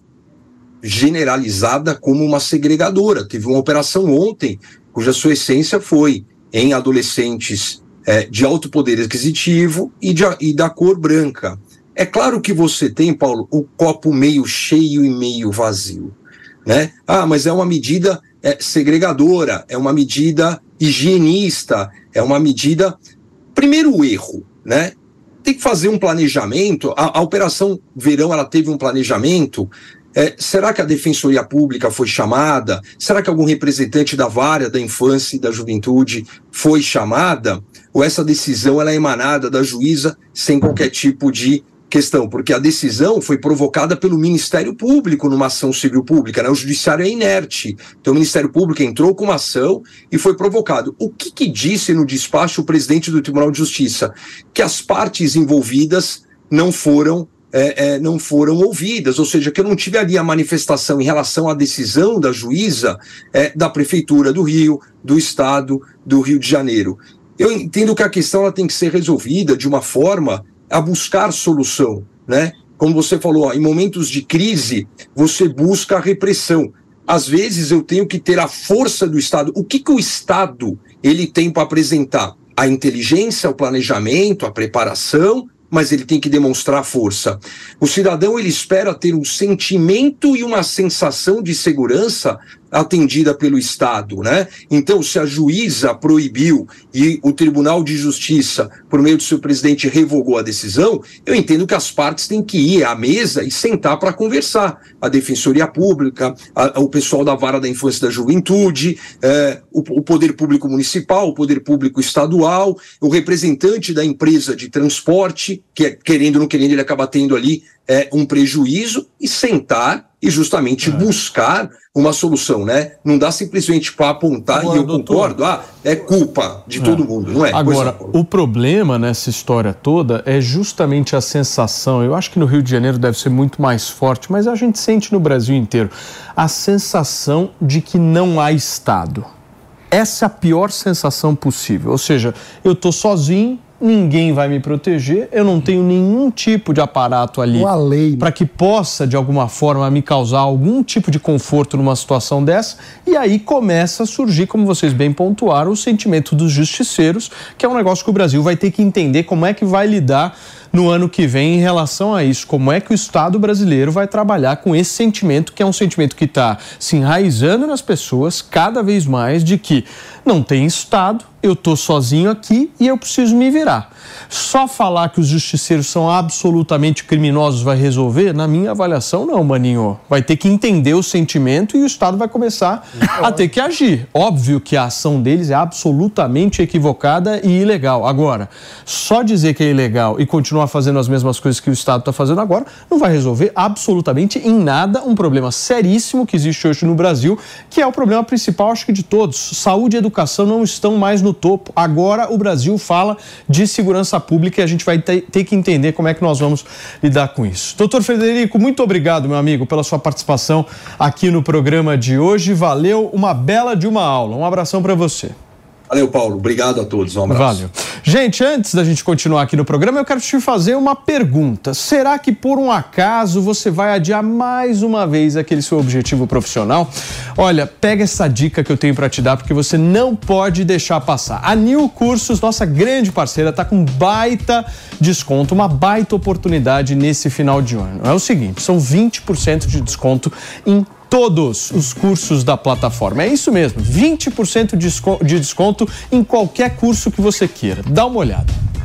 generalizada como uma segregadora. Teve uma operação ontem, cuja sua essência foi em adolescentes de alto poder aquisitivo e da cor branca. É claro que você tem, Paulo, o copo meio cheio e meio vazio, né? Ah, mas é uma medida segregadora, é uma medida higienista, é uma medida... Primeiro erro, né? Tem que fazer um planejamento. A Operação Verão, ela teve um planejamento. Será que a Defensoria Pública foi chamada? Será que algum representante da Vara da Infância e da Juventude foi chamada? Ou essa decisão ela é emanada da juíza sem qualquer tipo de questão? Porque a decisão foi provocada pelo Ministério Público numa ação civil pública, né? O judiciário é inerte. Então o Ministério Público entrou com uma ação e foi provocado. O que disse no despacho o presidente do Tribunal de Justiça? Que as partes envolvidas não foram ouvidas, ou seja, que eu não tive ali a manifestação em relação à decisão da juíza da Prefeitura do Rio, do Estado do Rio de Janeiro. Eu entendo que a questão ela tem que ser resolvida de uma forma a buscar solução, né? Como você falou, em momentos de crise, você busca a repressão. Às vezes eu tenho que ter a força do Estado. O que o Estado ele tem para apresentar? A inteligência, o planejamento, a preparação, mas ele tem que demonstrar força. O cidadão, ele espera ter um sentimento e uma sensação de segurança atendida pelo Estado, né? Então, se a juíza proibiu e o Tribunal de Justiça, por meio do seu presidente, revogou a decisão, eu entendo que as partes têm que ir à mesa e sentar para conversar. A Defensoria Pública, o pessoal da Vara da Infância e da Juventude, o Poder Público Municipal, o Poder Público Estadual, o representante da empresa de transporte, que querendo ou não querendo, ele acaba tendo ali um prejuízo, e sentar e justamente buscar uma solução, né? Não dá simplesmente para apontar. Agora, e eu concordo, é culpa de todo mundo, não é? Agora, o problema nessa história toda é justamente a sensação, eu acho que no Rio de Janeiro deve ser muito mais forte, mas a gente sente no Brasil inteiro, a sensação de que não há Estado. Essa é a pior sensação possível, ou seja, eu estou sozinho, ninguém vai me proteger, eu não tenho nenhum tipo de aparato ali para que possa, de alguma forma, me causar algum tipo de conforto numa situação dessa, e aí começa a surgir, como vocês bem pontuaram, o sentimento dos justiceiros, que é um negócio que o Brasil vai ter que entender como é que vai lidar no ano que vem em relação a isso. Como é que o Estado brasileiro vai trabalhar com esse sentimento, que é um sentimento que está se enraizando nas pessoas cada vez mais, de que não tem Estado, eu estou sozinho aqui e eu preciso me virar. Só falar que os justiceiros são absolutamente criminosos vai resolver? Na minha avaliação, não, maninho. Vai ter que entender o sentimento e o Estado vai começar a ter que agir. Óbvio que a ação deles é absolutamente equivocada e ilegal. Agora, só dizer que é ilegal e continuar fazendo as mesmas coisas que o Estado está fazendo agora não vai resolver absolutamente em nada um problema seríssimo que existe hoje no Brasil, que é o problema principal, acho que de todos. Saúde e educação não estão mais no topo. Agora o Brasil fala de segurança pública e a gente vai ter que entender como é que nós vamos lidar com isso. Doutor Frederico, muito obrigado, meu amigo, pela sua participação aqui no programa de hoje. Valeu, uma bela de uma aula. Um abração para você. Valeu, Paulo. Obrigado a todos. Um abraço. Valeu. Gente, antes da gente continuar aqui no programa, eu quero te fazer uma pergunta. Será que por um acaso você vai adiar mais uma vez aquele seu objetivo profissional? Olha, pega essa dica que eu tenho para te dar, porque você não pode deixar passar. A New Cursos, nossa grande parceira, está com baita desconto, uma baita oportunidade nesse final de ano. É o seguinte, são 20% de desconto em todos os cursos da plataforma. É isso mesmo, 20% de desconto em qualquer curso que você queira. Dá uma olhada.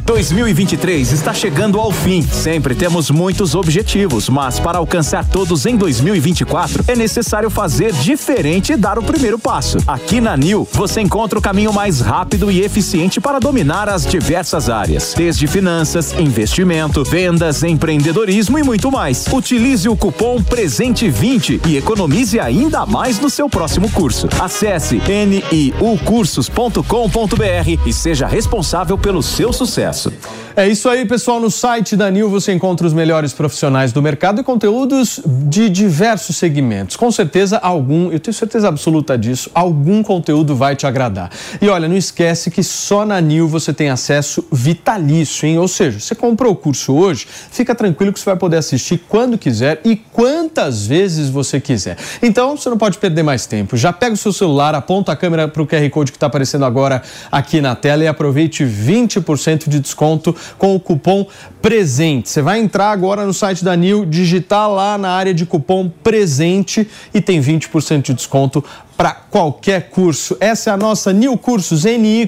2023 está chegando ao fim. Sempre temos muitos objetivos, mas para alcançar todos em 2024 é necessário fazer diferente e dar o primeiro passo. Aqui na New, você encontra o caminho mais rápido e eficiente para dominar as diversas áreas, desde finanças, investimento, vendas, empreendedorismo e muito mais. Utilize o cupom PRESENTE20 e economize ainda mais no seu próximo curso. Acesse niucursos.com.br e seja responsável pelo seu sucesso. É isso aí, pessoal. No site da New você encontra os melhores profissionais do mercado e conteúdos de diversos segmentos. Com certeza, eu tenho certeza absoluta disso, algum conteúdo vai te agradar. E olha, não esquece que só na New você tem acesso vitalício, hein? Ou seja, você comprou o curso hoje, fica tranquilo que você vai poder assistir quando quiser e quantas vezes você quiser. Então, você não pode perder mais tempo. Já pega o seu celular, aponta a câmera para o QR Code que está aparecendo agora aqui na tela e aproveite 20% de desconto com o cupom PRESENTE. Você vai entrar agora no site da New, digitar lá na área de cupom PRESENTE e tem 20% de desconto para qualquer curso. Essa é a nossa New Cursos,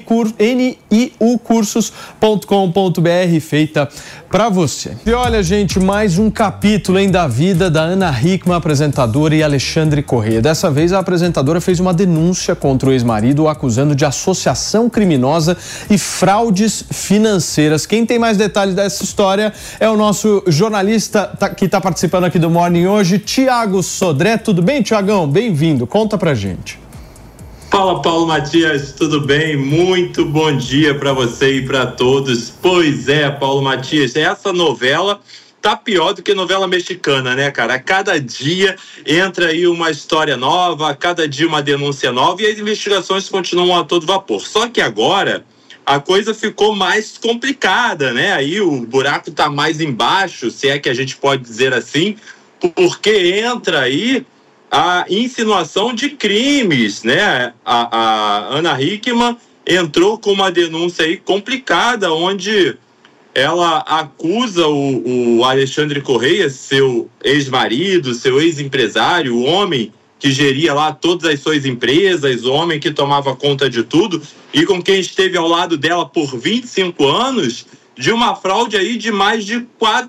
niucursos.com.br, feita para você. E olha, gente, mais um capítulo da vida da Ana Hickman, apresentadora, e Alexandre Corrêa. Dessa vez, a apresentadora fez uma denúncia contra o ex-marido, o acusando de associação criminosa e fraudes financeiras. Quem tem mais detalhes dessa história é o nosso jornalista que está participando aqui do Morning hoje, Tiago Sodré. Tudo bem, Tiagão? Bem-vindo. Conta pra gente. Fala, Paulo Matias, tudo bem? Muito bom dia para você e para todos. Pois é, Paulo Matias, essa novela tá pior do que novela mexicana, né, cara? A cada dia entra aí uma história nova, a cada dia uma denúncia nova e as investigações continuam a todo vapor. Só que agora a coisa ficou mais complicada, né? Aí o buraco tá mais embaixo, se é que a gente pode dizer assim, porque entra aí a insinuação de crimes, né? A Ana Hickman entrou com uma denúncia aí complicada, onde ela acusa o Alexandre Corrêa, seu ex-marido, seu ex-empresário, o homem que geria lá todas as suas empresas, o homem que tomava conta de tudo e com quem esteve ao lado dela por 25 anos, de uma fraude aí de mais de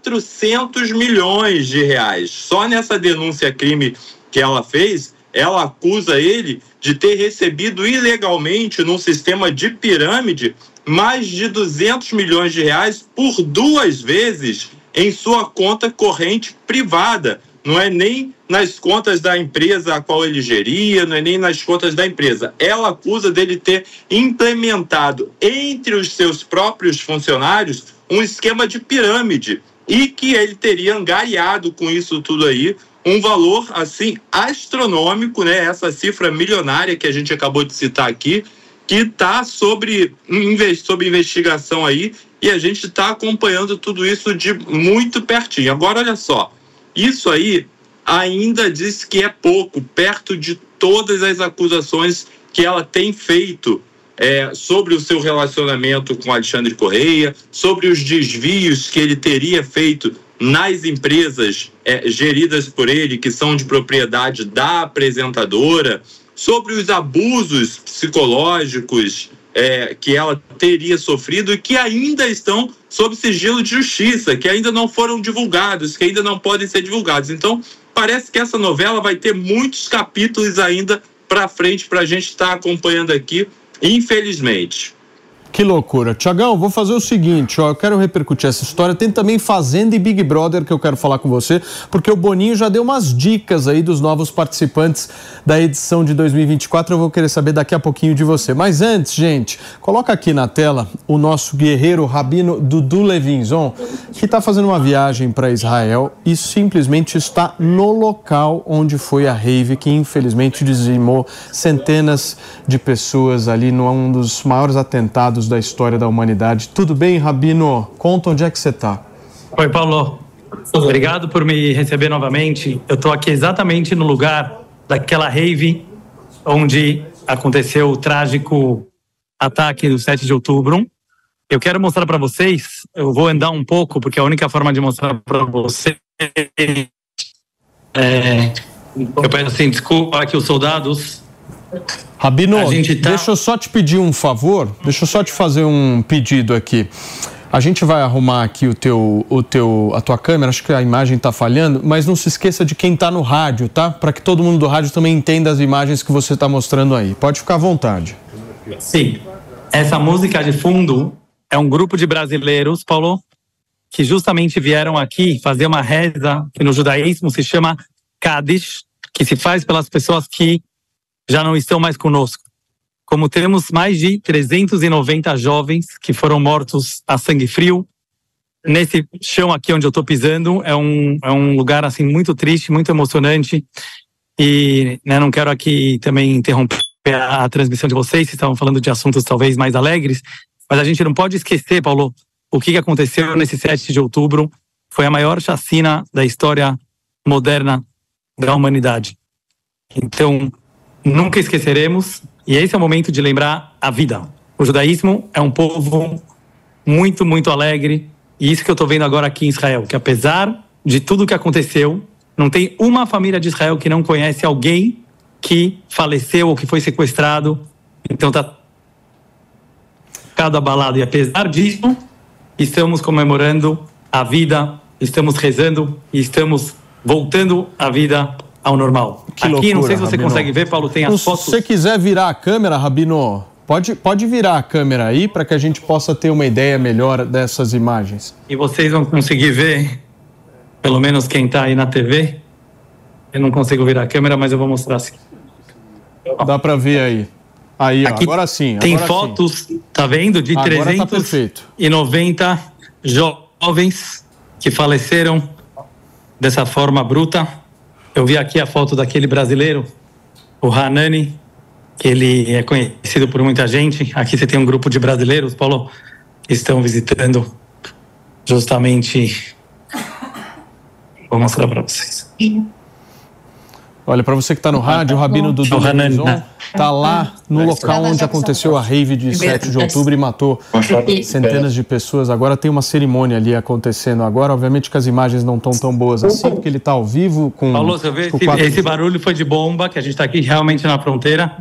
400 milhões de reais. Só nessa denúncia crime que ela fez, ela acusa ele de ter recebido ilegalmente num sistema de pirâmide mais de 200 milhões de reais por 2 vezes em sua conta corrente privada. Não é nem nas contas da empresa a qual ele geria, não é nem nas contas da empresa. Ela acusa dele ter implementado entre os seus próprios funcionários um esquema de pirâmide e que ele teria angariado com isso tudo aí um valor, assim, astronômico, né? Essa cifra milionária que a gente acabou de citar aqui, que está sob investigação aí, e a gente está acompanhando tudo isso de muito pertinho. Agora, olha só, isso aí ainda diz que é pouco, perto de todas as acusações que ela tem feito sobre o seu relacionamento com Alexandre Correia, sobre os desvios que ele teria feito nas empresas geridas por ele, que são de propriedade da apresentadora, sobre os abusos psicológicos que ela teria sofrido e que ainda estão sob sigilo de justiça, que ainda não foram divulgados, que ainda não podem ser divulgados. Então, parece que essa novela vai ter muitos capítulos ainda para frente para a gente estar acompanhando aqui, infelizmente. Que loucura. Tiagão, vou fazer o seguinte, eu quero repercutir essa história. Tem também Fazenda e Big Brother que eu quero falar com você, porque o Boninho já deu umas dicas aí dos novos participantes da edição de 2024. Eu vou querer saber daqui a pouquinho de você. Mas antes, gente, coloca aqui na tela o nosso guerreiro rabino Dudu Levinson, que está fazendo uma viagem para Israel e simplesmente está no local onde foi a rave, que infelizmente dizimou centenas de pessoas ali num dos maiores atentados da história da humanidade. Tudo bem, Rabino? Conta onde é que você está. Oi, Paulo. Obrigado por me receber novamente. Eu estou aqui exatamente no lugar daquela rave onde aconteceu o trágico ataque do 7 de outubro. Eu quero mostrar para vocês, eu vou andar um pouco, porque a única forma de mostrar para vocês eu peço assim, desculpa aqui os soldados. Rabino, deixa eu só te pedir um favor, deixa eu só te fazer um pedido aqui. A gente vai arrumar aqui a tua câmera, acho que a imagem está falhando, mas não se esqueça de quem está no rádio, tá? Para que todo mundo do rádio também entenda as imagens que você está mostrando aí. Pode ficar à vontade. Sim, essa música de fundo é um grupo de brasileiros, Paulo, que justamente vieram aqui fazer uma reza que no judaísmo se chama Kaddish, que se faz pelas pessoas que já não estão mais conosco. Como temos mais de 390 jovens que foram mortos a sangue frio, nesse chão aqui onde eu estou pisando, é um lugar assim muito triste, muito emocionante, e não quero aqui também interromper a transmissão de vocês, vocês estavam falando de assuntos talvez mais alegres, mas a gente não pode esquecer, Paulo, o que aconteceu nesse 7 de outubro. Foi a maior chacina da história moderna da humanidade. Então, nunca esqueceremos, e esse é o momento de lembrar a vida. O judaísmo é um povo muito, muito alegre, e isso que eu estou vendo agora aqui em Israel, que apesar de tudo que aconteceu, não tem uma família de Israel que não conhece alguém que faleceu ou que foi sequestrado. Então está cada abalado, e apesar disso, estamos comemorando a vida, estamos rezando e estamos voltando a vida ao normal. Que aqui, loucura, não sei se você Rabino. consegue ver, Paulo, tem as fotos. Se você quiser virar a câmera, Rabino, pode virar a câmera aí para que a gente possa ter uma ideia melhor dessas imagens. E vocês vão conseguir ver, pelo menos quem está aí na TV. Eu não consigo virar a câmera, mas eu vou mostrar assim. Dá para ver aí. Aí, aqui agora sim. Tem agora fotos, sim. Tá vendo? De Agora 390 jovens que faleceram dessa forma bruta. Eu vi aqui a foto daquele brasileiro, o Hanani, que ele é conhecido por muita gente. Aqui você tem um grupo de brasileiros, Paulo, que estão visitando justamente... Vou mostrar para vocês. Olha, para você que está no rádio, o Rabino Dudu Levinson está lá no local onde aconteceu a rave de 7 de outubro e matou centenas de pessoas. Agora tem uma cerimônia ali acontecendo agora. Obviamente que as imagens não estão tão boas assim, porque ele está ao vivo com... Paulo, você vê, esse barulho foi de bomba, que a gente está aqui realmente na fronteira.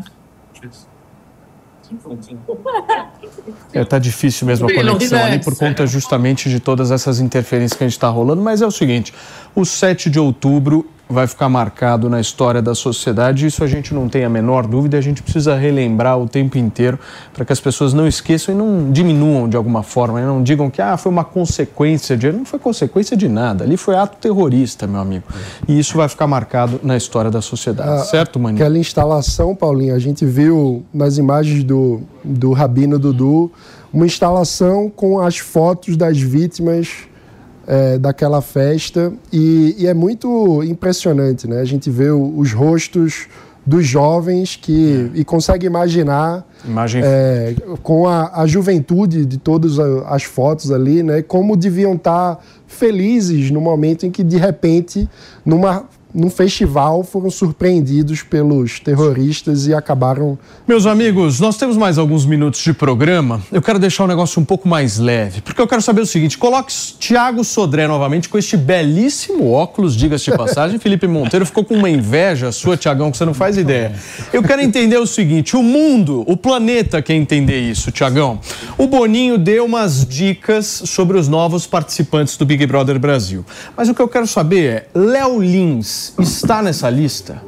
Tá difícil mesmo a conexão ali por conta justamente de todas essas interferências que a gente está rolando, mas é o seguinte, o 7 de outubro vai ficar marcado na história da sociedade, isso a gente não tem a menor dúvida, a gente precisa relembrar o tempo inteiro para que as pessoas não esqueçam e não diminuam de alguma forma, não digam que foi uma consequência de... Não foi consequência de nada, ali foi ato terrorista, meu amigo. E isso vai ficar marcado na história da sociedade, certo, Maninho? Aquela instalação, Paulinho, a gente viu nas imagens do Rabino Dudu, uma instalação com as fotos das vítimas daquela festa e é muito impressionante, né? A gente vê os rostos dos jovens e consegue imaginar com a juventude de todas as fotos ali, né? Como deviam estar felizes no momento em que, de repente, numa num festival, foram surpreendidos pelos terroristas e acabaram... Meus amigos, nós temos mais alguns minutos de programa. Eu quero deixar o negócio um pouco mais leve, porque eu quero saber o seguinte: coloque Thiago Sodré novamente com este belíssimo óculos, diga-se de passagem. Felipe Monteiro ficou com uma inveja sua, Thiagão, que você não faz ideia. Eu quero entender o seguinte: o mundo, o planeta quer entender isso, Thiagão. O Boninho deu umas dicas sobre os novos participantes do Big Brother Brasil. Mas o que eu quero saber é, Léo Lins está nessa lista?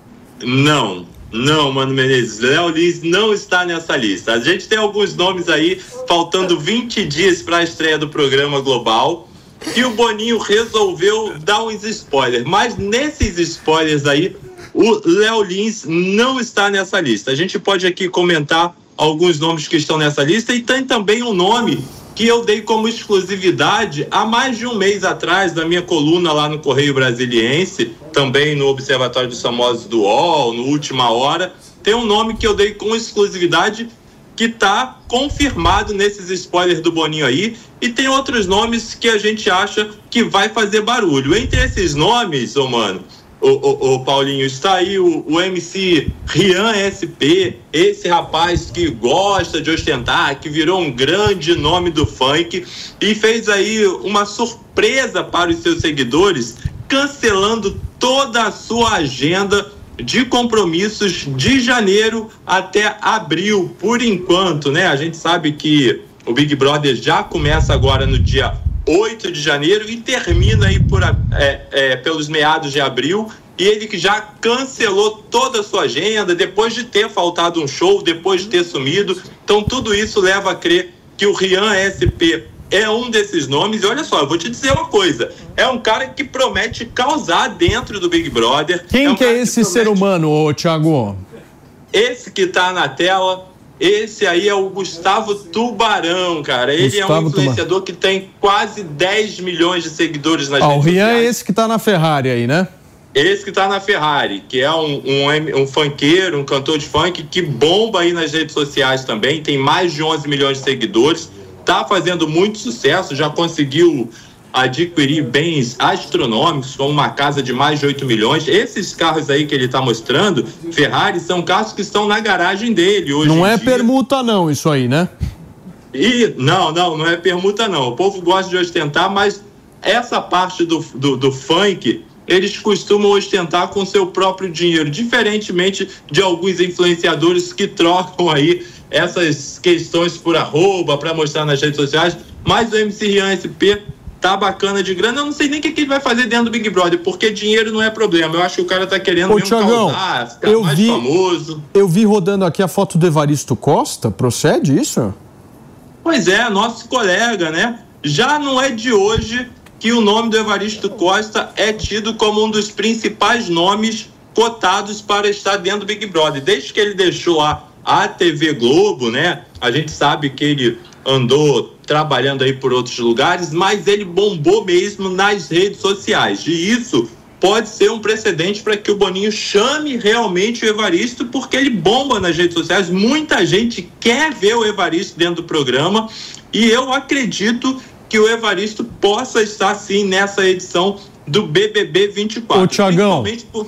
Não, Mano Menezes. Léo Lins não está nessa lista. A gente tem alguns nomes aí, faltando 20 dias para a estreia do programa Global, e o Boninho resolveu dar uns spoilers. Mas nesses spoilers aí, o Léo Lins não está nessa lista. A gente pode aqui comentar alguns nomes que estão nessa lista, e tem também um nome que eu dei como exclusividade há mais de um mês atrás, na minha coluna lá no Correio Brasiliense, também no Observatório dos Famosos do UOL, no Última Hora. Tem um nome que eu dei com exclusividade que está confirmado nesses spoilers do Boninho aí, e tem outros nomes que a gente acha que vai fazer barulho. Entre esses nomes, mano, o Paulinho, está aí o MC Rian SP, esse rapaz que gosta de ostentar, que virou um grande nome do funk e fez aí uma surpresa para os seus seguidores, cancelando toda a sua agenda de compromissos de janeiro até abril, por enquanto, né? A gente sabe que o Big Brother já começa agora no dia 8 de janeiro e termina aí pelos meados de abril, e ele que já cancelou toda a sua agenda depois de ter faltado um show, depois de ter sumido. Então tudo isso leva a crer que o Rian SP é um desses nomes. E olha só, eu vou te dizer uma coisa, é um cara que promete causar dentro do Big Brother. Quem que é esse ser humano, ô Thiago? Esse que tá na tela, esse aí é o Gustavo Tubarão, cara. Ele é um influenciador que tem quase 10 milhões de seguidores nas redes sociais. O Rian é esse que tá na Ferrari aí, né? Esse que tá na Ferrari, que é um funkeiro, um cantor de funk que bomba aí nas redes sociais também, tem mais de 11 milhões de seguidores, tá fazendo muito sucesso, já conseguiu adquirir bens astronômicos, como uma casa de mais de 8 milhões. Esses carros aí que ele tá mostrando, Ferrari, são carros que estão na garagem dele hoje. Não é permuta não, isso aí, né? E não é permuta não. O povo gosta de ostentar, mas essa parte do funk, eles costumam ostentar com seu próprio dinheiro, diferentemente de alguns influenciadores que trocam aí essas questões por arroba para mostrar nas redes sociais. Mas o MC Rian SP tá bacana de grana. Eu não sei nem o que ele vai fazer dentro do Big Brother, porque dinheiro não é problema. Eu acho que o cara tá querendo mesmo Thiagão, causar, ficar mais famoso. Eu vi rodando aqui a foto do Evaristo Costa. Procede isso? Pois é, nosso colega, né? Já não é de hoje que o nome do Evaristo Costa é tido como um dos principais nomes cotados para estar dentro do Big Brother. Desde que ele deixou a TV Globo, né? A gente sabe que ele andou trabalhando aí por outros lugares, mas ele bombou mesmo nas redes sociais. E isso pode ser um precedente para que o Boninho chame realmente o Evaristo, porque ele bomba nas redes sociais. Muita gente quer ver o Evaristo dentro do programa, e eu acredito que o Evaristo possa estar sim nessa edição do BBB 24. Ô Thiagão,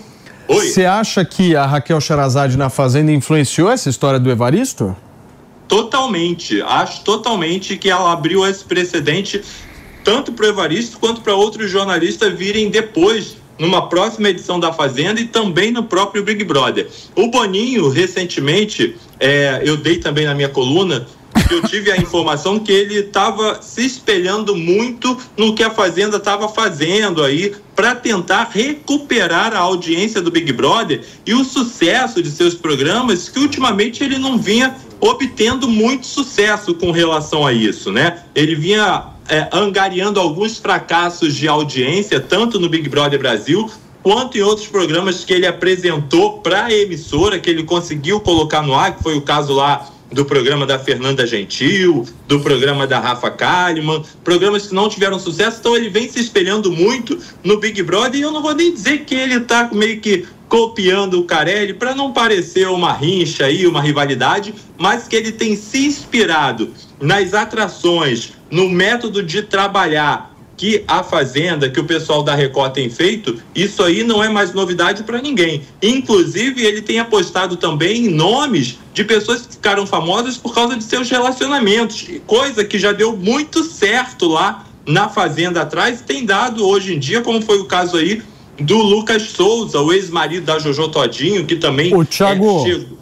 você acha que a Raquel Sherazade na Fazenda influenciou essa história do Evaristo? Totalmente, acho totalmente que ela abriu esse precedente tanto para o Evaristo quanto para outros jornalistas virem depois, numa próxima edição da Fazenda e também no próprio Big Brother. O Boninho, recentemente, eu dei também na minha coluna, que eu tive a informação que ele estava se espelhando muito no que a Fazenda estava fazendo aí para tentar recuperar a audiência do Big Brother e o sucesso de seus programas, que ultimamente ele não vinha obtendo muito sucesso com relação a isso, né? Ele vinha angariando alguns fracassos de audiência, tanto no Big Brother Brasil, quanto em outros programas que ele apresentou para a emissora, que ele conseguiu colocar no ar, que foi o caso lá do programa da Fernanda Gentil, do programa da Rafa Kalimann, programas que não tiveram sucesso. Então ele vem se espelhando muito no Big Brother, e eu não vou nem dizer que ele tá meio que copiando o Carelli, para não parecer uma rincha aí, uma rivalidade, mas que ele tem se inspirado nas atrações, no método de trabalhar que a Fazenda, que o pessoal da Record tem feito, isso aí não é mais novidade para ninguém. Inclusive, ele tem apostado também em nomes de pessoas que ficaram famosas por causa de seus relacionamentos, coisa que já deu muito certo lá na Fazenda atrás, tem dado hoje em dia, como foi o caso aí do Lucas Souza, o ex-marido da Jojo Todinho, que também... Ô, Thiago...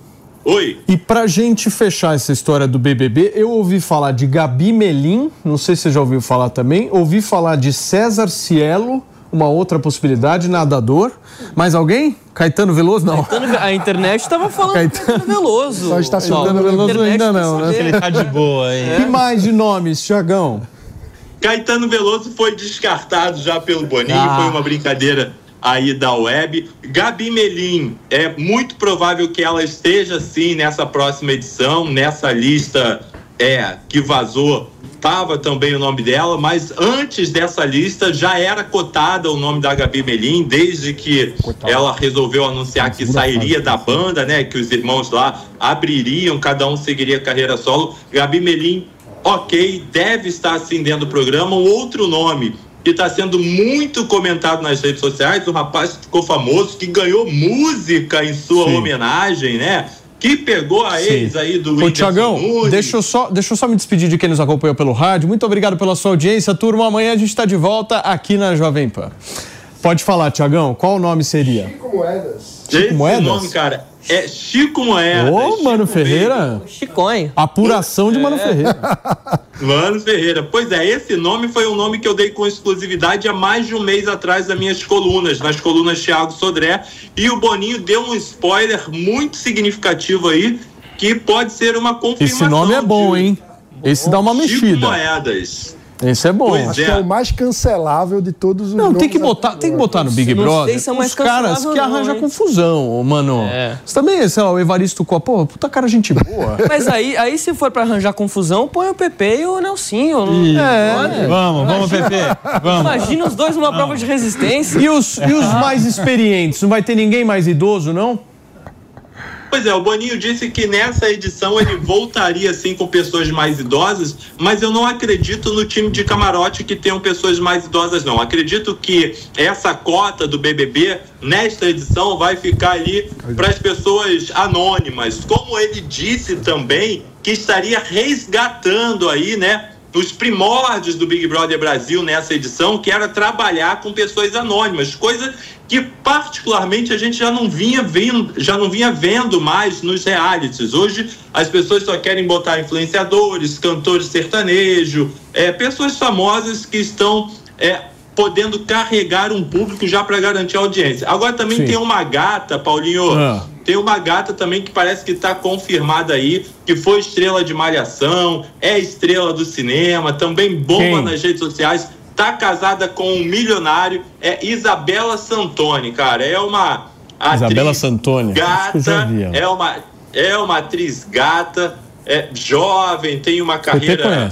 Oi. E pra gente fechar essa história do BBB, eu ouvi falar de Gabi Melim, não sei se você já ouviu falar também, ouvi falar de César Cielo, uma outra possibilidade, nadador. Mais alguém? Caetano Veloso? Não. A internet estava falando Caetano Veloso. Só está Caetano Veloso ainda não, né? Ele tá de boa aí. E mais de nomes, Thiagão? Caetano Veloso foi descartado já pelo Boninho, foi uma brincadeira aí da web. Gabi Melim, é muito provável que ela esteja sim nessa próxima edição, nessa lista que vazou, estava também o nome dela, mas antes dessa lista já era cotada o nome da Gabi Melim, desde que ela resolveu anunciar que sairia da banda, né, que os irmãos lá abririam, cada um seguiria carreira solo. Gabi Melim, ok, deve estar sim dentro do programa. Um outro nome que está sendo muito comentado nas redes sociais, um rapaz que ficou famoso, que ganhou música em sua homenagem, né? Que pegou a ex aí do Whindersson Thiagão, Nunes. deixa eu só me despedir de quem nos acompanhou pelo rádio. Muito obrigado pela sua audiência, turma. Amanhã a gente está de volta aqui na Jovem Pan. Pode falar, Thiagão, qual o nome seria? Chico Moedas. Chico Moedas? Esse nome, cara, é Chico Moedas. Ô, Mano Ferreira. Chiconho. Apuração de Mano Ferreira. Mano Ferreira. Pois é, esse nome foi um nome que eu dei com exclusividade há mais de um mês atrás das minhas colunas, nas colunas Thiago Sodré, e o Boninho deu um spoiler muito significativo aí, que pode ser uma confirmação. Esse nome é bom, hein? Esse dá uma mexida. Chico Moedas. Esse é bom. Acho que é o mais cancelável de todos os Não, tem que botar no Big Brother os caras que arranjam confusão, mano. Você também, sei lá, o Evaristo Coa, pô, puta cara, gente boa. Mas aí se for pra arranjar confusão, põe o Pepe e o Nelsinho. Vamos, Pepe. Vamos. Imagina os dois numa prova de resistência. E os mais experientes? Não vai ter ninguém mais idoso, não? Pois é, o Boninho disse que nessa edição ele voltaria sim com pessoas mais idosas, mas eu não acredito no time de camarote que tenham pessoas mais idosas, não. Acredito que essa cota do BBB, nesta edição, vai ficar ali para as pessoas anônimas. Como ele disse também que estaria resgatando aí, né, os primórdios do Big Brother Brasil nessa edição, que era trabalhar com pessoas anônimas, coisa que particularmente a gente já não vinha vendo mais nos realities. Hoje as pessoas só querem botar influenciadores, cantores sertanejo, pessoas famosas que estão podendo carregar um público já para garantir a audiência. Agora também tem uma gata, Paulinho, tem uma gata também que parece que está confirmada aí, que foi estrela de Malhação, é estrela do cinema, também bomba nas redes sociais, tá casada com um milionário, é Isabela Santoni, cara, é uma Isabela Santoni, gata, é uma atriz gata, jovem, tem uma carreira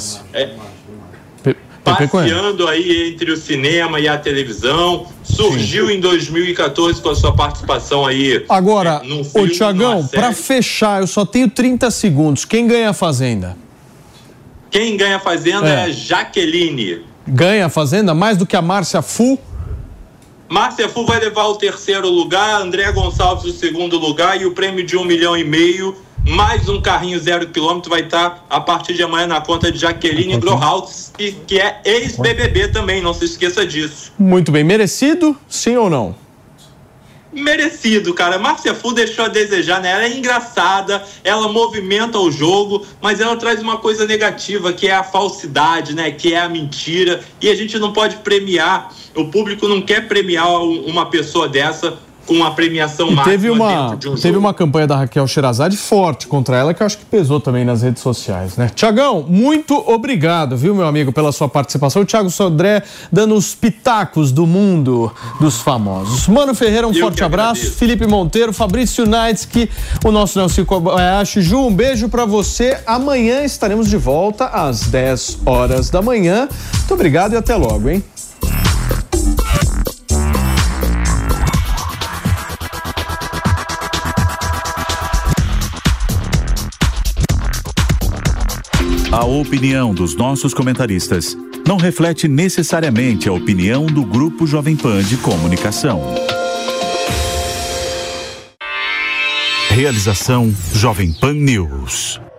passeando aí entre o cinema e a televisão, surgiu em 2014 com a sua participação aí. Agora, ô Thiagão, para fechar, eu só tenho 30 segundos. Quem ganha a Fazenda? Quem ganha a Fazenda é a Jaqueline. Ganha a Fazenda mais do que a Márcia Fu? Márcia Fu vai levar o 3º lugar, André Gonçalves o 2º lugar e o prêmio de 1,5 milhão. Mais um carrinho 0 km vai estar a partir de amanhã na conta de Jaqueline Grohaus, que é ex-BBB também, não se esqueça disso. Muito bem, merecido, sim ou não? Merecido, cara. Márcia Fu deixou a desejar, né? Ela é engraçada, ela movimenta o jogo, mas ela traz uma coisa negativa, que é a falsidade, né? Que é a mentira, e a gente não pode premiar, o público não quer premiar uma pessoa dessa com uma premiação máxima dentro de um jogo. Teve uma campanha da Raquel Sherazade forte contra ela, que eu acho que pesou também nas redes sociais, né? Thiagão, muito obrigado, viu, meu amigo, pela sua participação. O Thiago Sodré dando os pitacos do mundo dos famosos. Mano Ferreira, um forte abraço. Felipe Monteiro, Fabrício Naitsky, o nosso Nelson Kobayashi. Ju, um beijo pra você. Amanhã estaremos de volta às 10 horas da manhã. Muito obrigado e até logo, hein? A opinião dos nossos comentaristas não reflete necessariamente a opinião do Grupo Jovem Pan de Comunicação. Realização Jovem Pan News.